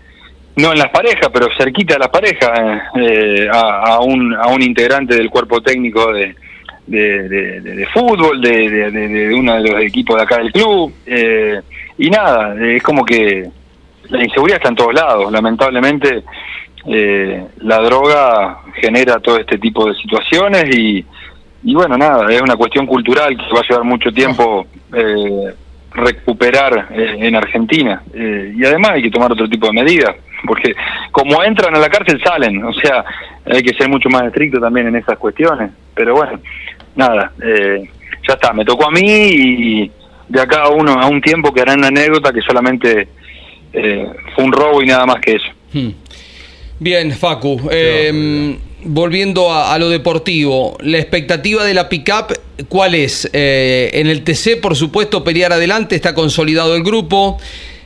No en las parejas, pero cerquita de las parejas, eh, a, a un a un integrante del cuerpo técnico de de, de, de, de fútbol, de, de, de, de uno de los equipos de acá del club, eh, y nada, es como que la inseguridad está en todos lados. Lamentablemente eh, la droga genera todo este tipo de situaciones, y, y bueno, nada, es una cuestión cultural que va a llevar mucho tiempo eh, recuperar eh, en Argentina, eh, y además hay que tomar otro tipo de medidas, porque como entran a la cárcel salen, o sea, hay que ser mucho más estricto también en esas cuestiones. Pero bueno, nada, eh, ya está, me tocó a mí, y de acá a uno a un tiempo quedará una anécdota que solamente eh, fue un robo y nada más que eso. Hmm. Bien, Facu, eh, volviendo a, a lo deportivo, la expectativa de la pick-up, ¿cuál es? Eh, en el T C, por supuesto, pelear adelante, está consolidado el grupo.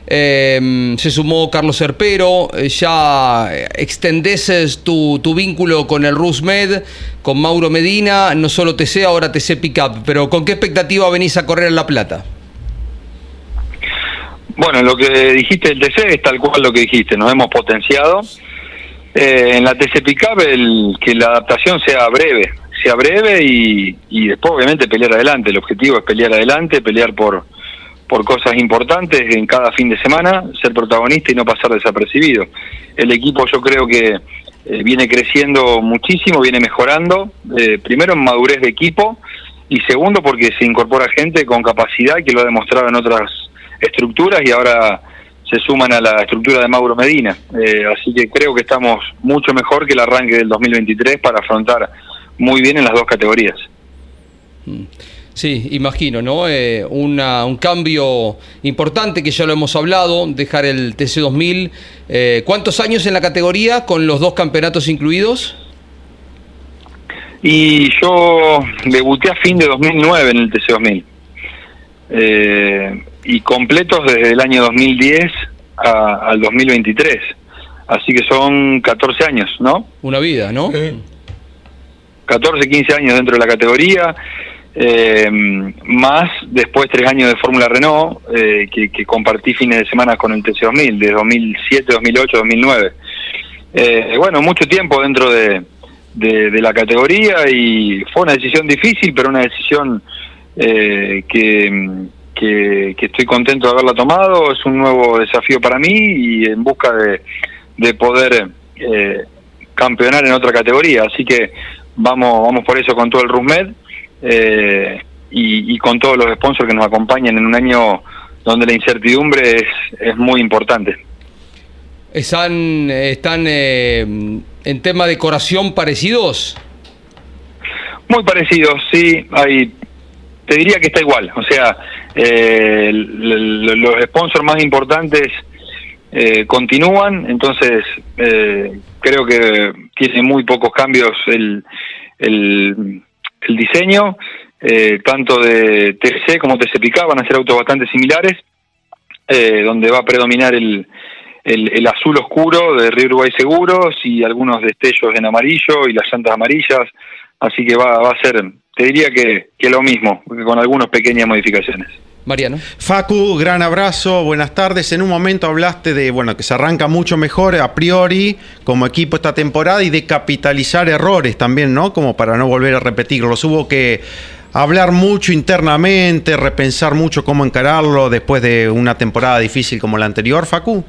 Eh, se sumó Carlos Herpero, eh, ya extendés tu, tu vínculo con el RusMed, con Mauro Medina, no solo T C, ahora T C Pickup, pero ¿con qué expectativa venís a correr en La Plata? Bueno, lo que dijiste del T C es tal cual lo que dijiste, nos hemos potenciado. Eh, en la T C Pickup, el que la adaptación sea breve, sea breve y, y después obviamente pelear adelante. El objetivo es pelear adelante, pelear por por cosas importantes en cada fin de semana, ser protagonista y no pasar desapercibido. El equipo yo creo que eh, viene creciendo muchísimo, viene mejorando, eh, primero en madurez de equipo, y segundo porque se incorpora gente con capacidad que lo ha demostrado en otras estructuras y ahora se suman a la estructura de Mauro Medina. Eh, así que creo que estamos mucho mejor que el arranque del dos mil veintitrés para afrontar muy bien en las dos categorías. Sí, imagino, ¿no? Eh, una, un cambio importante que ya lo hemos hablado, dejar el T C dos mil. Eh, ¿Cuántos años en la categoría con los dos campeonatos incluidos? Y yo debuté a fin de dos mil nueve en el T C dos mil. Eh, y completos desde el año dos mil diez a, al dos mil veintitrés. Así que son catorce años, ¿no? Una vida, ¿no? Sí. catorce, quince años dentro de la categoría. Eh, más después tres años de Fórmula Renault, eh, que, que compartí fines de semana con el T C dos mil, de dos mil siete, dos mil ocho, dos mil nueve. Eh, bueno, mucho tiempo dentro de, de, de la categoría, y fue una decisión difícil, pero una decisión eh, que, que, que estoy contento de haberla tomado. Es un nuevo desafío para mí y en busca de, de poder eh, campeonar en otra categoría, así que vamos, vamos por eso con todo el RusMed. Eh, y, y con todos los sponsors que nos acompañan en un año donde la incertidumbre es, es muy importante. ¿Están, están eh, en tema de decoración parecidos? Muy parecidos, sí. Hay, te diría que está igual. O sea, eh, l- l- los sponsors más importantes eh, continúan, entonces eh, creo que tiene muy pocos cambios el... el el diseño, eh, tanto de T C como T C Pickup van a ser autos bastante similares, eh, donde va a predominar el, el, el azul oscuro de Río Uruguay Seguros y algunos destellos en amarillo y las llantas amarillas, así que va, va a ser, te diría que, que lo mismo, con algunas pequeñas modificaciones. Mariano. Facu, gran abrazo, buenas tardes. En un momento hablaste de, bueno, que se arranca mucho mejor a priori como equipo esta temporada y de capitalizar errores también, ¿no? Como para no volver a repetirlos. Hubo que hablar mucho internamente, repensar mucho cómo encararlo después de una temporada difícil como la anterior, Facu.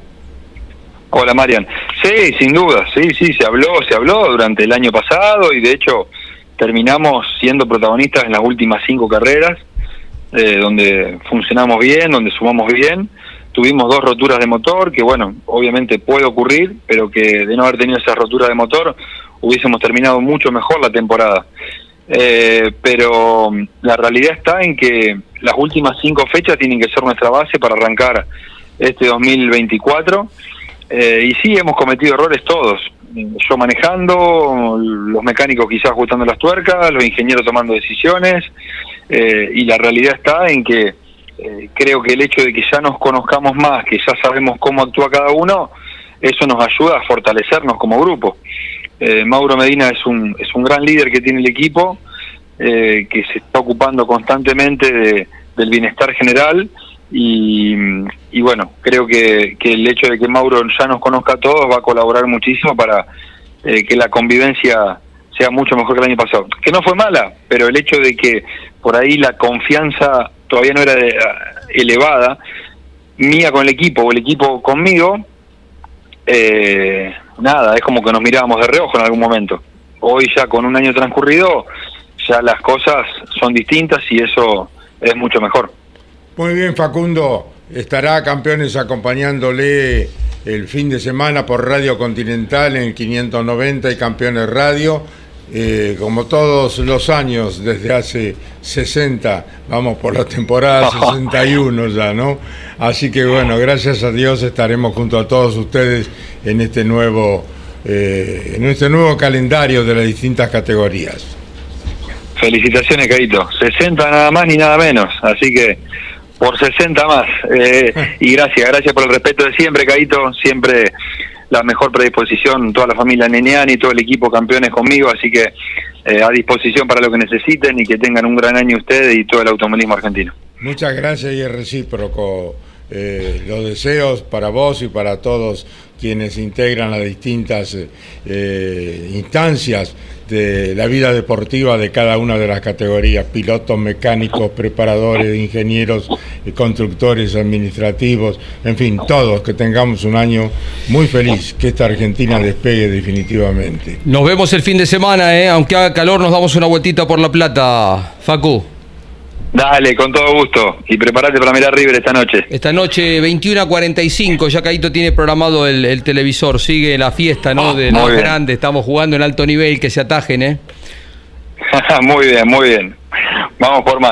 Hola, Marian. Sí, sin duda, sí, sí, se habló, se habló durante el año pasado y de hecho terminamos siendo protagonistas en las últimas cinco carreras. Eh, donde funcionamos bien, donde sumamos bien. Tuvimos dos roturas de motor, que bueno, obviamente puede ocurrir, pero que de no haber tenido esas roturas de motor, hubiésemos terminado mucho mejor la temporada. Eh, pero la realidad está en que las últimas cinco fechas tienen que ser nuestra base para arrancar este dos mil veinticuatro. Eh, y sí, hemos cometido errores todos. Yo manejando, los mecánicos quizás ajustando las tuercas, los ingenieros tomando decisiones. Eh, y la realidad está en que eh, creo que el hecho de que ya nos conozcamos más, que ya sabemos cómo actúa cada uno, eso nos ayuda a fortalecernos como grupo. Eh, Mauro Medina es un, es un gran líder que tiene el equipo, eh, que se está ocupando constantemente de, del bienestar general y, y bueno, creo que, que el hecho de que Mauro ya nos conozca a todos va a colaborar muchísimo para eh, que la convivencia sea mucho mejor que el año pasado. Que no fue mala, pero el hecho de que por ahí la confianza todavía no era de, uh, elevada, mía con el equipo o el equipo conmigo, eh, nada, es como que nos mirábamos de reojo en algún momento. Hoy ya con un año transcurrido, ya las cosas son distintas y eso es mucho mejor. Muy bien, Facundo. Estará Campeones acompañándole el fin de semana por Radio Continental en el quinientos noventa y Campeones Radio. Eh, como todos los años, desde hace sesenta, vamos por la temporada sesenta y uno ya, ¿no? Así que bueno, gracias a Dios estaremos junto a todos ustedes en este nuevo, eh, en este nuevo calendario de las distintas categorías. Felicitaciones, Caíto. sesenta nada más ni nada menos, así que por sesenta más. Eh, y gracias, gracias por el respeto de siempre, Caíto. Siempre la mejor predisposición, toda la familia Neneani, todo el equipo Campeones conmigo, así que eh, a disposición para lo que necesiten y que tengan un gran año ustedes y todo el automovilismo argentino. Muchas gracias y es recíproco. Eh, los deseos para vos y para todos quienes integran las distintas eh, instancias de la vida deportiva de cada una de las categorías, pilotos, mecánicos, preparadores, ingenieros, constructores, administrativos, en fin, todos, que tengamos un año muy feliz, que esta Argentina despegue definitivamente. Nos vemos el fin de semana, ¿eh? Aunque haga calor, nos damos una vueltita por La Plata, Facu. Dale, con todo gusto. Y prepárate para mirar River esta noche. Esta noche, veintiuno a cuarenta y cinco, ya Caíto tiene programado el, el televisor. Sigue la fiesta, ¿no? De los grandes. Estamos jugando en alto nivel, que se atajen, ¿eh? Muy bien, muy bien. Vamos por más.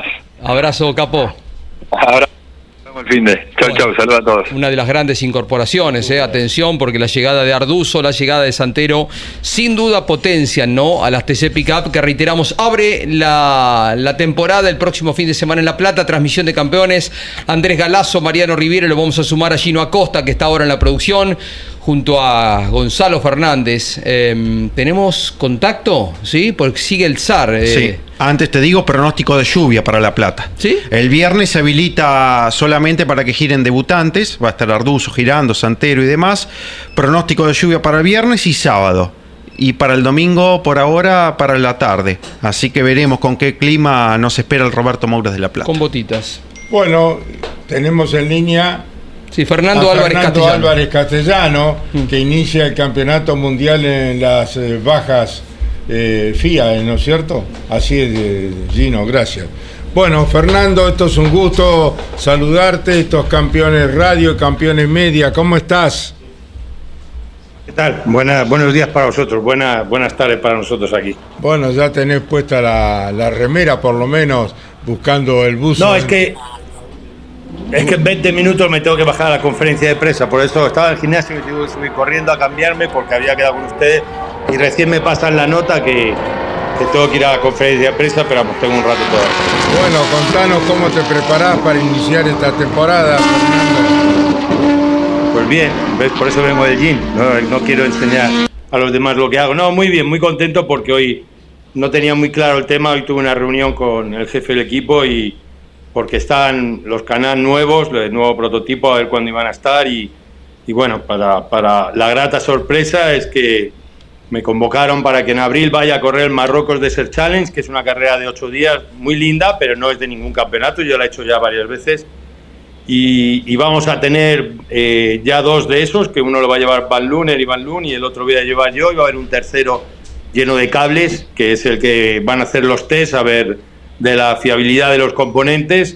Abrazo, Capo. Ahora el fin de. Chau, Bueno, chau, saludos a todos. Una de las grandes incorporaciones, eh. Atención, porque la llegada de Arduzo, la llegada de Santero, sin duda potencian, ¿no?, a las T C Pickup, que reiteramos, abre la, la temporada el próximo fin de semana en La Plata, transmisión de campeones. Andrés Galazo, Mariano Riviere, lo vamos a sumar a Gino Acosta, que está ahora en la producción, junto a Gonzalo Fernández. Eh, ¿Tenemos contacto? ¿Sí? Porque sigue el Z A R. Eh. Sí. Antes te digo, pronóstico de lluvia para La Plata. ¿Sí? El viernes se habilita solamente para que giren debutantes. Va a estar Arduzo girando, Santero y demás. Pronóstico de lluvia para el viernes y sábado. Y para el domingo, por ahora, para la tarde. Así que veremos con qué clima nos espera el Roberto Mouras de La Plata. Con botitas. Bueno, tenemos en línea Sí, Fernando a Álvarez Fernando Castellano. Álvarez Castellano, Mm. que inicia el campeonato mundial en las eh, bajas eh, F I A, ¿no es cierto? Así es, eh, Gino, gracias. Bueno, Fernando, esto es un gusto saludarte, estos campeones radio, campeones media, ¿cómo estás? ¿Qué tal? Buena, buenos días para vosotros, buena, buenas tardes para nosotros aquí. Bueno, ya tenés puesta la, la remera, por lo menos, buscando el buzo. No, es que es que en veinte minutos me tengo que bajar a la conferencia de prensa, por eso estaba en el gimnasio y tuve que subir corriendo a cambiarme porque había quedado con ustedes y recién me pasan la nota que, que tengo que ir a la conferencia de prensa, pero vamos, tengo un rato todavía. Bueno, contanos cómo te preparás para iniciar esta temporada, Fernando. Pues bien, ¿ves? Por eso vengo del gym, no, no quiero enseñar a los demás lo que hago. No, muy bien, muy contento porque hoy no tenía muy claro el tema, hoy tuve una reunión con el jefe del equipo y porque están los canales nuevos, el nuevo prototipo, a ver cuándo iban a estar y, y bueno, para, para la grata sorpresa es que me convocaron para que en abril vaya a correr el Marruecos Desert Challenge, que es una carrera de ocho días muy linda, pero no es de ningún campeonato, yo la he hecho ya varias veces y, y vamos a tener eh, ya dos de esos, que uno lo va a llevar Van Loon, Eri Van Loon, y el otro voy a llevar yo, y va a haber un tercero lleno de cables, que es el que van a hacer los test, a ver de la fiabilidad de los componentes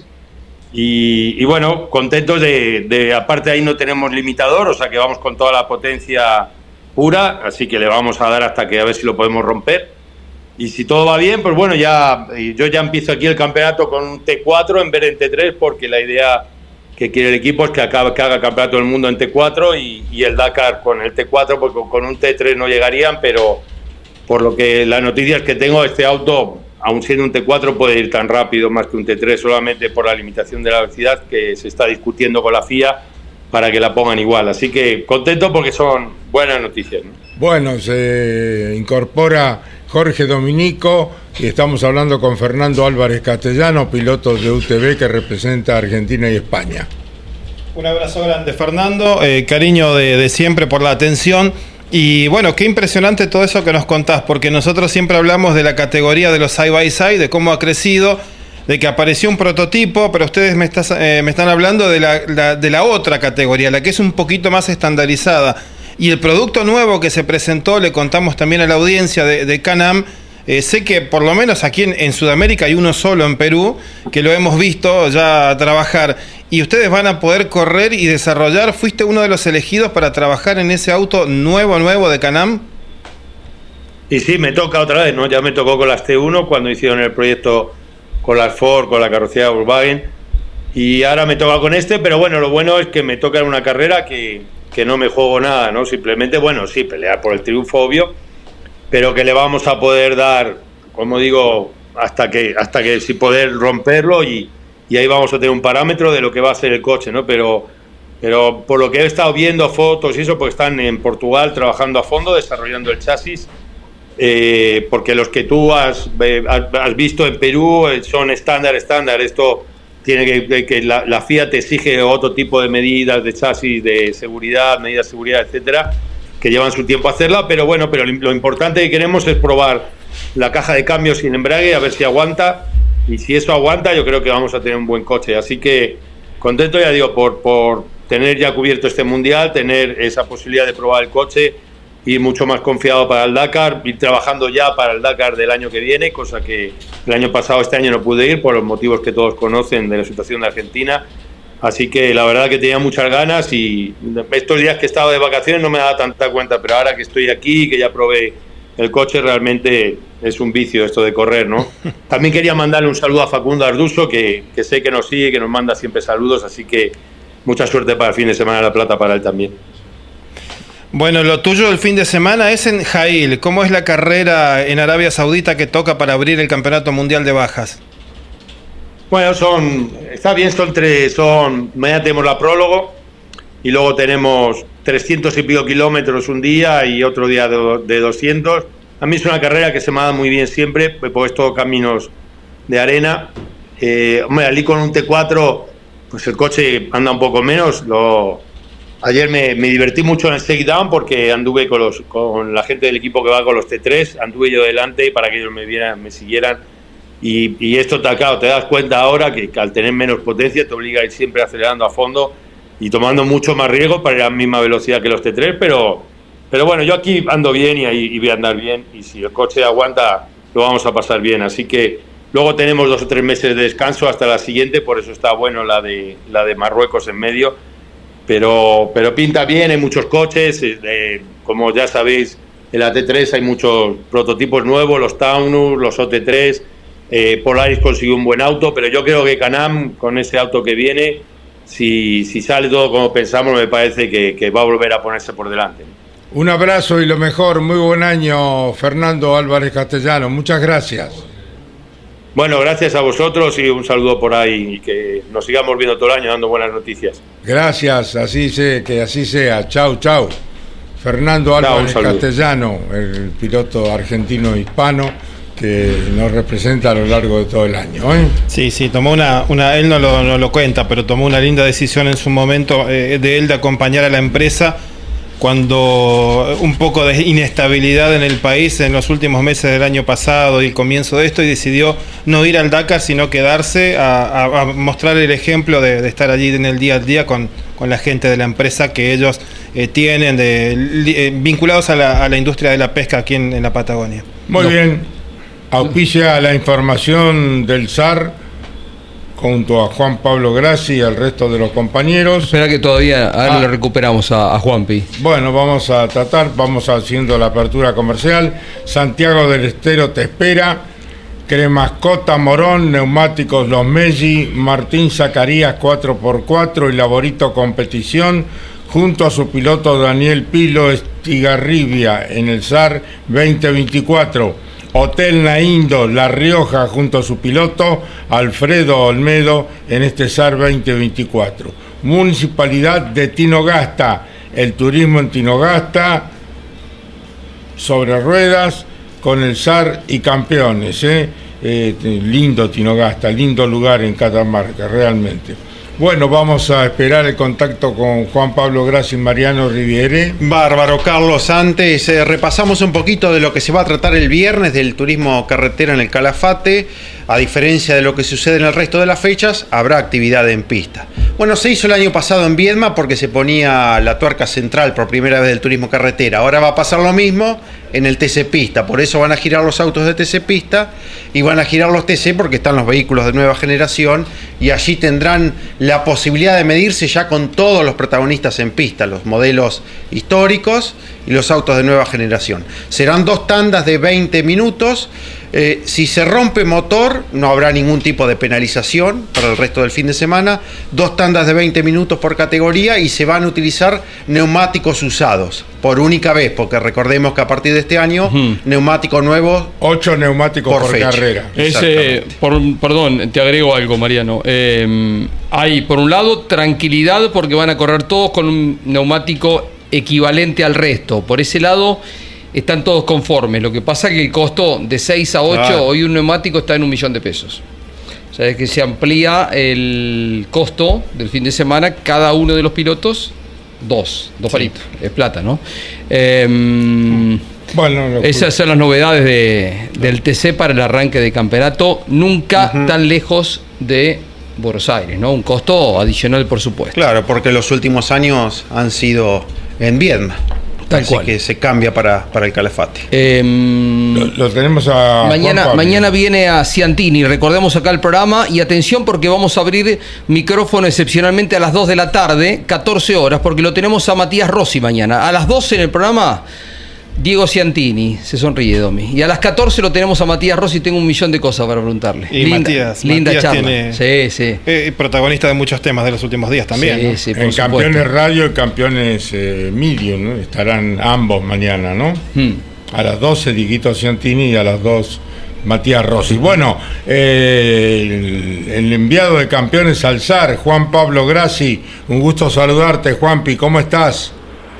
y, y bueno, contentos de, de, aparte ahí no tenemos limitador, o sea que vamos con toda la potencia pura, así que le vamos a dar hasta que a ver si lo podemos romper y si todo va bien, pues bueno, ya yo ya empiezo aquí el campeonato con un T cuatro en vez de en T tres porque la idea que quiere el equipo es que, acabe, que haga campeonato del mundo en T cuatro y, y el Dakar con el T cuatro porque con un T tres no llegarían, pero por lo que las noticias que tengo, este auto aun siendo un T cuatro puede ir tan rápido más que un T tres solamente por la limitación de la velocidad que se está discutiendo con la F I A para que la pongan igual, así que contento porque son buenas noticias, ¿no? Bueno, se incorpora Jorge Dominico y estamos hablando con Fernando Álvarez Castellano, piloto de U T V que representa a Argentina y España. Un abrazo grande, Fernando, eh, cariño de, de siempre por la atención. Y bueno, qué impresionante todo eso que nos contás, porque nosotros siempre hablamos de la categoría de los side by side, de cómo ha crecido, de que apareció un prototipo, pero ustedes me, estás, eh, me están hablando de la, la, de la otra categoría, la que es un poquito más estandarizada. Y el producto nuevo que se presentó, le contamos también a la audiencia de, de Can-Am, eh, sé que por lo menos aquí en, en Sudamérica hay uno solo en Perú, que lo hemos visto ya trabajar. Y ustedes van a poder correr y desarrollar. ¿Fuiste uno de los elegidos para trabajar en ese auto nuevo, nuevo de Can-Am? Y sí, me toca otra vez, ¿no? Ya me tocó con las T uno cuando hicieron el proyecto con las Ford, con la carrocería de Volkswagen. Y ahora me toca con este, pero bueno, lo bueno es que me toca en una carrera que, que no me juego nada, ¿no? Simplemente, bueno, sí, pelear por el triunfo, obvio, pero que le vamos a poder dar, como digo, hasta que, hasta que si poder romperlo y... y ahí vamos a tener un parámetro de lo que va a ser el coche, ¿no? Pero, pero por lo que he estado viendo fotos y eso, pues están en Portugal trabajando a fondo, desarrollando el chasis, eh, porque los que tú has, eh, has visto en Perú son estándar, estándar. Esto tiene que, que la, la F I A te exige otro tipo de medidas de chasis, de seguridad, medidas de seguridad, etcétera, que llevan su tiempo a hacerla, pero bueno, pero lo importante que queremos es probar la caja de cambios sin embrague, a ver si aguanta. Y si eso aguanta, yo creo que vamos a tener un buen coche. Así que contento, ya digo, por, por tener ya cubierto este mundial, tener esa posibilidad de probar el coche y mucho más confiado para el Dakar, ir trabajando ya para el Dakar del año que viene, cosa que el año pasado, este año no pude ir por los motivos que todos conocen de la situación de Argentina. Así que la verdad que tenía muchas ganas y estos días que he estado de vacaciones no me daba tanta cuenta, pero ahora que estoy aquí, que ya probé el coche realmente es un vicio esto de correr, ¿no? También quería mandarle un saludo a Facundo Arduzo, que, que sé que nos sigue, que nos manda siempre saludos, así que mucha suerte para el fin de semana de La Plata para él también. Bueno, lo tuyo el fin de semana es en Jail. ¿Cómo es la carrera en Arabia Saudita que toca para abrir el Campeonato Mundial de Bajas? Bueno, son, está bien, son tres, son, mañana tenemos la prólogo y luego tenemos trescientos y pico kilómetros un día y otro día de, de doscientos. A mí es una carrera que se me da muy bien siempre, porque es todo caminos de arena. Eh, hombre, allí con un T cuatro, pues el coche anda un poco menos. Lo, ayer me, me divertí mucho en el shakedown porque anduve con, los, con la gente del equipo que va con los T tres, anduve yo delante para que ellos me vieran, me siguieran. Y, y esto te, claro, te das cuenta ahora que, que al tener menos potencia te obliga a ir siempre acelerando a fondo y tomando mucho más riesgo para ir a la misma velocidad que los T tres, pero, pero bueno, yo aquí ando bien y, ahí, y voy a andar bien, y si el coche aguanta lo vamos a pasar bien, así que luego tenemos dos o tres meses de descanso hasta la siguiente, por eso está bueno la de, la de Marruecos en medio, pero, pero pinta bien, hay muchos coches, eh, como ya sabéis, en la T tres hay muchos prototipos nuevos, los Taunus, los O T tres, eh, Polaris consiguió un buen auto, pero yo creo que Can-Am con ese auto que viene, Si, si sale todo como pensamos, me parece que, que va a volver a ponerse por delante. Un abrazo y lo mejor, muy buen año, Fernando Álvarez Castellano, muchas gracias. Bueno, gracias a vosotros y un saludo por ahí, y que nos sigamos viendo todo el año dando buenas noticias. Gracias, así se, que así sea, chau, chau. Fernando Álvarez Chau, Castellano, el piloto argentino hispano, que nos representa a lo largo de todo el año, ¿eh? Sí, sí, tomó una, una él no lo, no lo cuenta, pero tomó una linda decisión en su momento eh, de él de acompañar a la empresa cuando un poco de inestabilidad en el país en los últimos meses del año pasado y el comienzo de esto, y decidió no ir al Dakar, sino quedarse a, a, a mostrar el ejemplo de, de estar allí en el día a día con, con la gente de la empresa que ellos eh, tienen, de, eh, vinculados a la, a la industria de la pesca aquí en, en la Patagonia. Muy no. bien. Auspicia la información del S A R junto a Juan Pablo Grassi y al resto de los compañeros. Espera que todavía ahora ah. le recuperamos a, a Juanpi. Bueno, vamos a tratar, vamos haciendo la apertura comercial. Santiago del Estero te espera. Cremascota Morón, neumáticos Los Meggi, Martín Zacarías cuatro por cuatro y Laborito Competición, junto a su piloto Daniel Pilo Estigarribia en el S A R veinte veinticuatro. Hotel Naindo, La Rioja, junto a su piloto Alfredo Olmedo en este S A R veinte veinticuatro. Municipalidad de Tinogasta, el turismo en Tinogasta, sobre ruedas, con el S A R y campeones. ¿eh? Eh, lindo Tinogasta, lindo lugar en Catamarca, realmente. Bueno, vamos a esperar el contacto con Juan Pablo Grassi y Mariano Riviere. Bárbaro, Carlos. Antes eh, repasamos un poquito de lo que se va a tratar el viernes del turismo carretera en el Calafate. A diferencia de lo que sucede en el resto de las fechas, habrá actividad en pista. Bueno, se hizo el año pasado en Viedma porque se ponía la tuerca central por primera vez del turismo carretera. Ahora va a pasar lo mismo en el T C Pista. Por eso van a girar los autos de T C Pista y van a girar los T C porque están los vehículos de nueva generación, y allí tendrán la posibilidad de medirse ya con todos los protagonistas en pista, los modelos históricos y los autos de nueva generación. Serán dos tandas de veinte minutos. Eh, si se rompe motor, no habrá ningún tipo de penalización para el resto del fin de semana. Dos tandas de veinte minutos por categoría, y se van a utilizar neumáticos usados por única vez, porque recordemos que a partir de este año, uh-huh. neumático nuevo. Ocho neumáticos por, por carrera. Ese, por, perdón, te agrego algo, Mariano. Eh, hay, por un lado, tranquilidad porque van a correr todos con un neumático equivalente al resto. Por ese lado están todos conformes. Lo que pasa es que el costo de seis a ocho, ah. hoy un neumático está en un millón de pesos. O sea, es que se amplía el costo del fin de semana. Cada uno de los pilotos, dos, dos sí. palitos. Es plata, ¿no? Eh, bueno, no, esas son las novedades de, del T C para el arranque de campeonato. Nunca uh-huh. tan lejos de Buenos Aires, ¿no? Un costo adicional, por supuesto. Claro, porque los últimos años han sido en Viedma. Tal Así cual. que se cambia para, para el Calafate. Eh, lo, lo tenemos a mañana, mañana viene a Ciantini. Recordemos acá el programa. Y atención, porque vamos a abrir micrófono excepcionalmente a las dos de la tarde, catorce horas, porque lo tenemos a Matías Rossi mañana. A las doce en el programa Diego Ciantini, se sonríe Domi. Y a las catorce lo tenemos a Matías Rossi, tengo un millón de cosas para preguntarle. Y linda, Matías, linda Matías charla. tiene, sí, sí. Eh, protagonista de muchos temas de los últimos días también. Sí, ¿no? sí, por en supuesto. Campeones Radio y Campeones eh, Medium, ¿no? Estarán ambos mañana, ¿no? Hmm. A las doce Dieguito Ciantini y a las dos Matías Rossi. Bueno, eh, el, el enviado de Campeones al Z A R, Juan Pablo Grassi, un gusto saludarte, Juanpi, ¿cómo estás?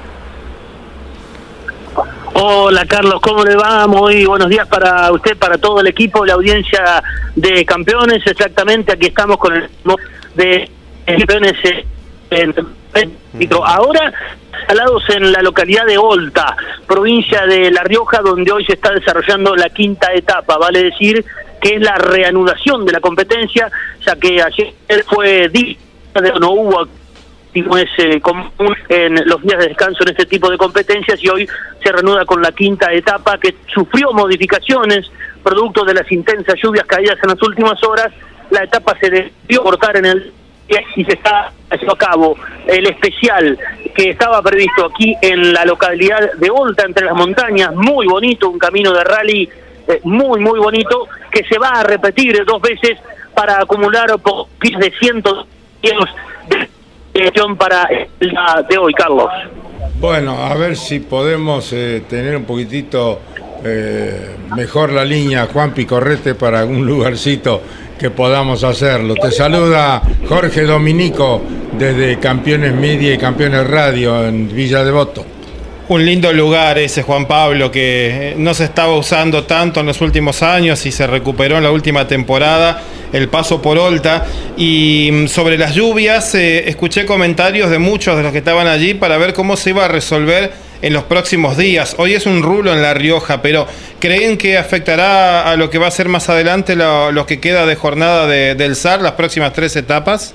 Hola Carlos, ¿cómo le va? Muy buenos días para usted, para todo el equipo, la audiencia de Campeones. Exactamente, aquí estamos con el de Campeones en ahora instalados en la localidad de Olta, provincia de La Rioja, donde hoy se está desarrollando la quinta etapa, vale decir que es la reanudación de la competencia, ya que ayer fue día, no hubo como es eh, común en los días de descanso en este tipo de competencias, y hoy se reanuda con la quinta etapa que sufrió modificaciones producto de las intensas lluvias caídas en las últimas horas. La etapa se debió cortar en el día y se está haciendo a cabo el especial que estaba previsto aquí en la localidad de Olta, entre las montañas, muy bonito, un camino de rally eh, muy muy bonito, que se va a repetir dos veces para acumular poquitos de cientos de para la de hoy, Carlos. Bueno, a ver si podemos eh, tener un poquitito eh, mejor la línea, Juanpi, correte para algún lugarcito que podamos hacerlo. Te saluda Jorge Dominico desde Campeones Media y Campeones Radio en Villa Devoto. Un lindo lugar ese, Juan Pablo, que no se estaba usando tanto en los últimos años y se recuperó en la última temporada, el paso por Olta. Y sobre las lluvias, eh, escuché comentarios de muchos de los que estaban allí para ver cómo se iba a resolver en los próximos días. Hoy es un rulo en La Rioja, pero ¿creen que afectará a lo que va a ser más adelante lo, lo que queda de jornada de, del Z A R, las próximas tres etapas?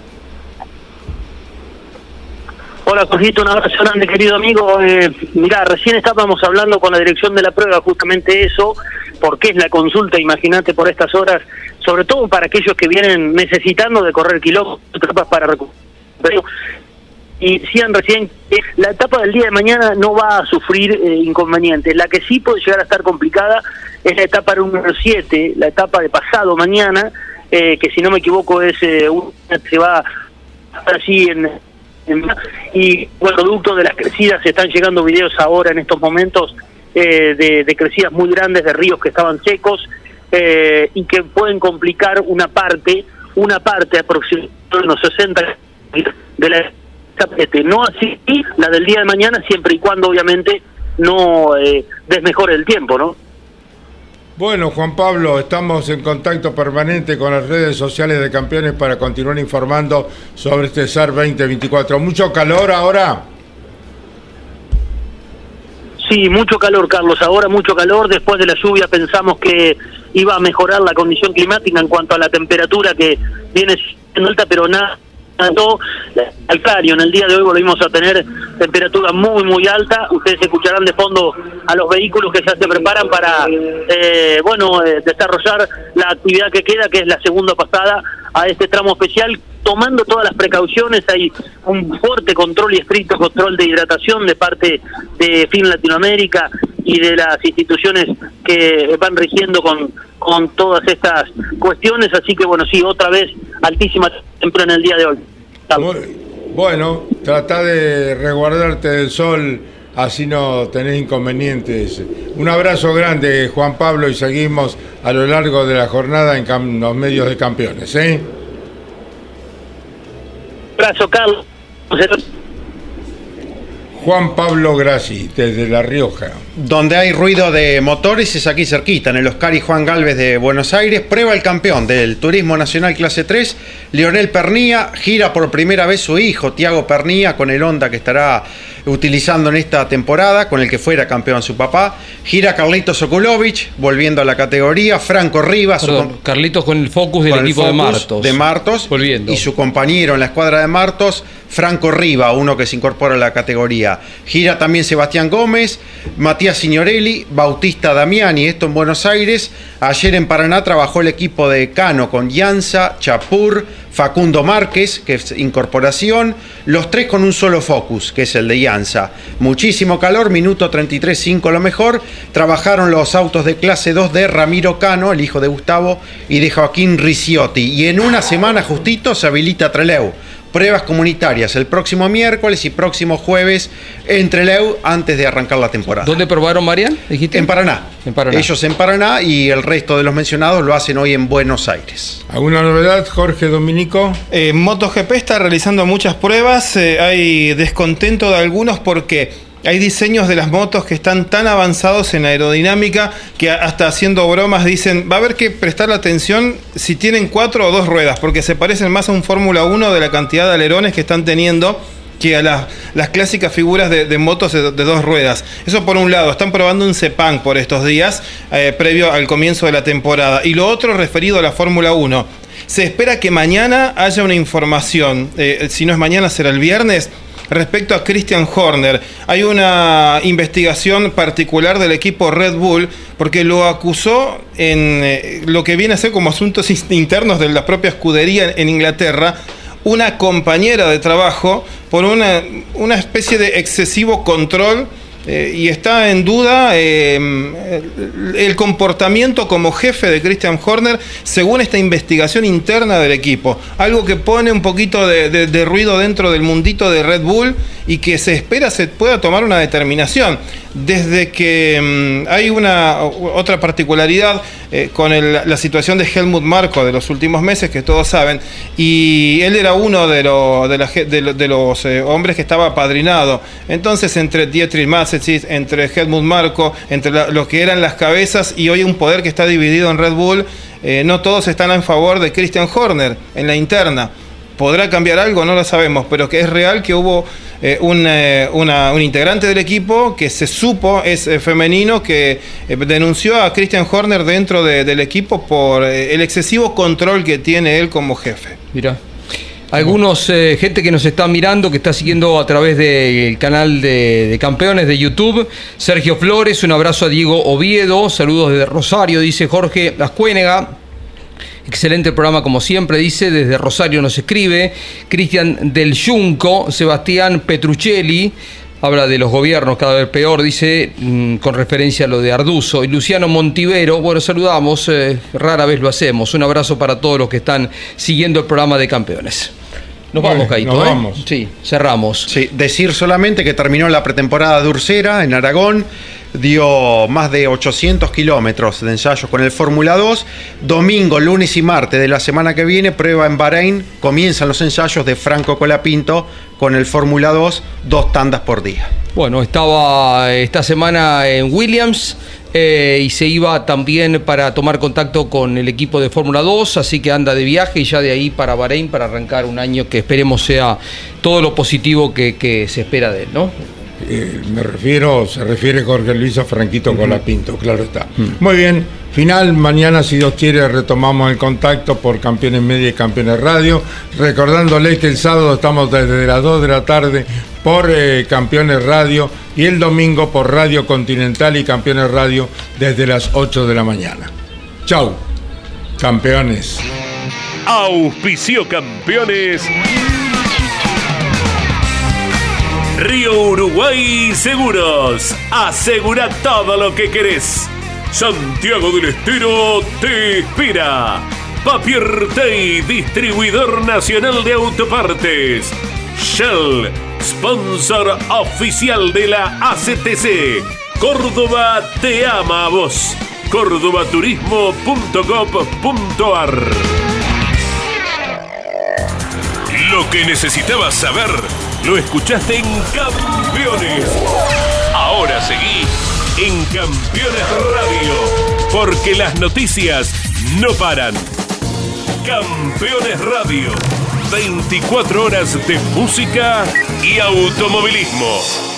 Hola, Jorgito, un abrazo grande, querido amigo. Eh, mirá, recién estábamos hablando con la dirección de la prueba justamente eso, porque es la consulta, imagínate, por estas horas, sobre todo para aquellos que vienen necesitando de correr kilómetros para recuperar. Y decían recién que la etapa del día de mañana no va a sufrir eh, inconvenientes. La que sí puede llegar a estar complicada es la etapa número siete, la etapa de pasado mañana, eh, que si no me equivoco es eh, un, se va a estar así en... Y bueno, producto de las crecidas, están llegando videos ahora en estos momentos eh, de, de crecidas muy grandes de ríos que estaban secos eh, y que pueden complicar una parte, una parte aproximadamente de unos sesenta de la etapa, no así la del día de mañana, siempre y cuando obviamente no eh, desmejore el tiempo, ¿no? Bueno, Juan Pablo, estamos en contacto permanente con las redes sociales de Campeones para continuar informando sobre este Z A R veinte veinticuatro. ¿Mucho calor ahora? Sí, mucho calor, Carlos. Ahora mucho calor. Después de la lluvia pensamos que iba a mejorar la condición climática en cuanto a la temperatura, que viene siendo alta, pero nada. Al contrario, en el día de hoy volvimos a tener temperatura muy muy alta. Ustedes escucharán de fondo a los vehículos que ya se preparan para eh, bueno eh, desarrollar la actividad que queda, que es la segunda pasada a este tramo especial, tomando todas las precauciones. Hay un fuerte control y estricto control de hidratación de parte de F I N Latinoamérica y de las instituciones que van rigiendo con, con todas estas cuestiones, así que bueno, sí, otra vez altísima temperatura en el día de hoy. Muy, bueno, trata de resguardarte del sol, así no tenés inconvenientes. Un abrazo grande, Juan Pablo, y seguimos a lo largo de la jornada en cam- los medios de Campeones, ¿eh? Un abrazo, Carlos. Juan Pablo Grassi, desde La Rioja. Donde hay ruido de motores es aquí cerquita, en el Oscar y Juan Galvez de Buenos Aires. Prueba el campeón del Turismo Nacional Clase tres, Lionel Pernía. Gira por primera vez su hijo, Tiago Pernía, con el Honda que estará utilizando en esta temporada, con el que fuera campeón su papá. Gira Carlitos Okulovich, volviendo a la categoría. Franco Rivas. Perdón, su, Carlitos con el Focus del con el equipo Focus de Martos. De Martos. Volviendo. Y su compañero en la escuadra de Martos, Franco Riva, uno que se incorpora a la categoría. Gira también Sebastián Gómez, Matías Matías Signorelli, Bautista Damiani, esto en Buenos Aires. Ayer en Paraná trabajó el equipo de Cano con Llanza, Chapur, Facundo Márquez, que es incorporación, los tres con un solo focus, que es el de Llanza. Muchísimo calor, minuto treinta y tres cinco lo mejor. Trabajaron los autos de clase dos de Ramiro Cano, el hijo de Gustavo, y de Joaquín Ricciotti. Y en una semana justito se habilita Trelew. Pruebas comunitarias el próximo miércoles y próximo jueves en Trelew antes de arrancar la temporada. ¿Dónde probaron, Marian? ¿Dijiste? En Paraná. En Paraná. Ellos en Paraná y el resto de los mencionados lo hacen hoy en Buenos Aires. ¿Alguna novedad, Jorge Dominico? Eh, MotoGP está realizando muchas pruebas. Eh, hay descontento de algunos porque hay diseños de las motos que están tan avanzados en aerodinámica que hasta haciendo bromas dicen va a haber que prestar atención si tienen cuatro o dos ruedas, porque se parecen más a un Fórmula uno de la cantidad de alerones que están teniendo que a las, las clásicas figuras de, de motos de, de dos ruedas. Eso por un lado, están probando un Sepang por estos días, eh, previo al comienzo de la temporada. Y lo otro referido a la Fórmula uno. Se espera que mañana haya una información, eh, si no es mañana será el viernes, respecto a Christian Horner. Hay una investigación particular del equipo Red Bull porque lo acusó en eh, lo que viene a ser como asuntos internos de la propia escudería en Inglaterra, una compañera de trabajo por una, una especie de excesivo control. Eh, y está en duda eh, el, el comportamiento como jefe de Christian Horner según esta investigación interna del equipo. Algo que pone un poquito de, de, de ruido dentro del mundito de Red Bull y que se espera se pueda tomar una determinación. Desde que mmm, hay una otra particularidad eh, con el, la situación de Helmut Marko de los últimos meses, que todos saben, y él era uno de, lo, de, la, de, de los eh, hombres que estaba apadrinado. Entonces, entre Dietrich Mateschitz, entre Helmut Marko, entre la, lo que eran las cabezas, y hoy un poder que está dividido en Red Bull, eh, no todos están en favor de Christian Horner en la interna. ¿Podrá cambiar algo? No lo sabemos, pero que es real que hubo eh, un, eh, una, un integrante del equipo que se supo es eh, femenino que eh, denunció a Christian Horner dentro de, del equipo por eh, el excesivo control que tiene él como jefe. Mira. Algunos, eh, gente que nos está mirando, que está siguiendo a través del canal de, de Campeones de YouTube. Sergio Flores, un abrazo a Diego Oviedo, saludos desde Rosario, dice Jorge Ascuénega. Excelente programa como siempre, dice, desde Rosario nos escribe. Cristian del Junco, Sebastián Petruccelli, habla de los gobiernos cada vez peor, dice, mmm, con referencia a lo de Arduzo. Y Luciano Montivero, bueno, saludamos, eh, rara vez lo hacemos. Un abrazo para todos los que están siguiendo el programa de Campeones. Nos Bueno, vamos, Caito, nos ¿eh? vamos. Sí, cerramos. Sí, decir solamente que terminó la pretemporada de Ursera en Aragón, dio más de ochocientos kilómetros de ensayos con el Fórmula dos. Domingo, lunes y martes de la semana que viene, prueba en Bahrein. Comienzan los ensayos de Franco Colapinto con el Fórmula dos, dos tandas por día. Bueno, estaba esta semana en Williams eh, y se iba también para tomar contacto con el equipo de Fórmula dos, así que anda de viaje y ya de ahí para Bahrein para arrancar un año que esperemos sea todo lo positivo que, que se espera de él, ¿no? Eh, me refiero, se refiere Jorge Luis a Franquito uh-huh. Colapinto, claro está. Uh-huh. Muy bien, final, mañana si Dios quiere retomamos el contacto por Campeones Media y Campeones Radio, recordándoles que el sábado estamos desde las dos de la tarde por eh, Campeones Radio y el domingo por Radio Continental y Campeones Radio desde las ocho de la mañana. Chau, campeones. Auspicio Campeones Río Uruguay Seguros. Asegura todo lo que querés. Santiago del Estero te inspira. Papier Tay, distribuidor nacional de autopartes. Shell, sponsor oficial de la A C T C. Córdoba te ama a vos. córdoba turismo punto gov punto ar. Lo que necesitabas saber lo escuchaste en Campeones. Ahora seguí en Campeones Radio, porque las noticias no paran. Campeones Radio, veinticuatro horas de música y automovilismo.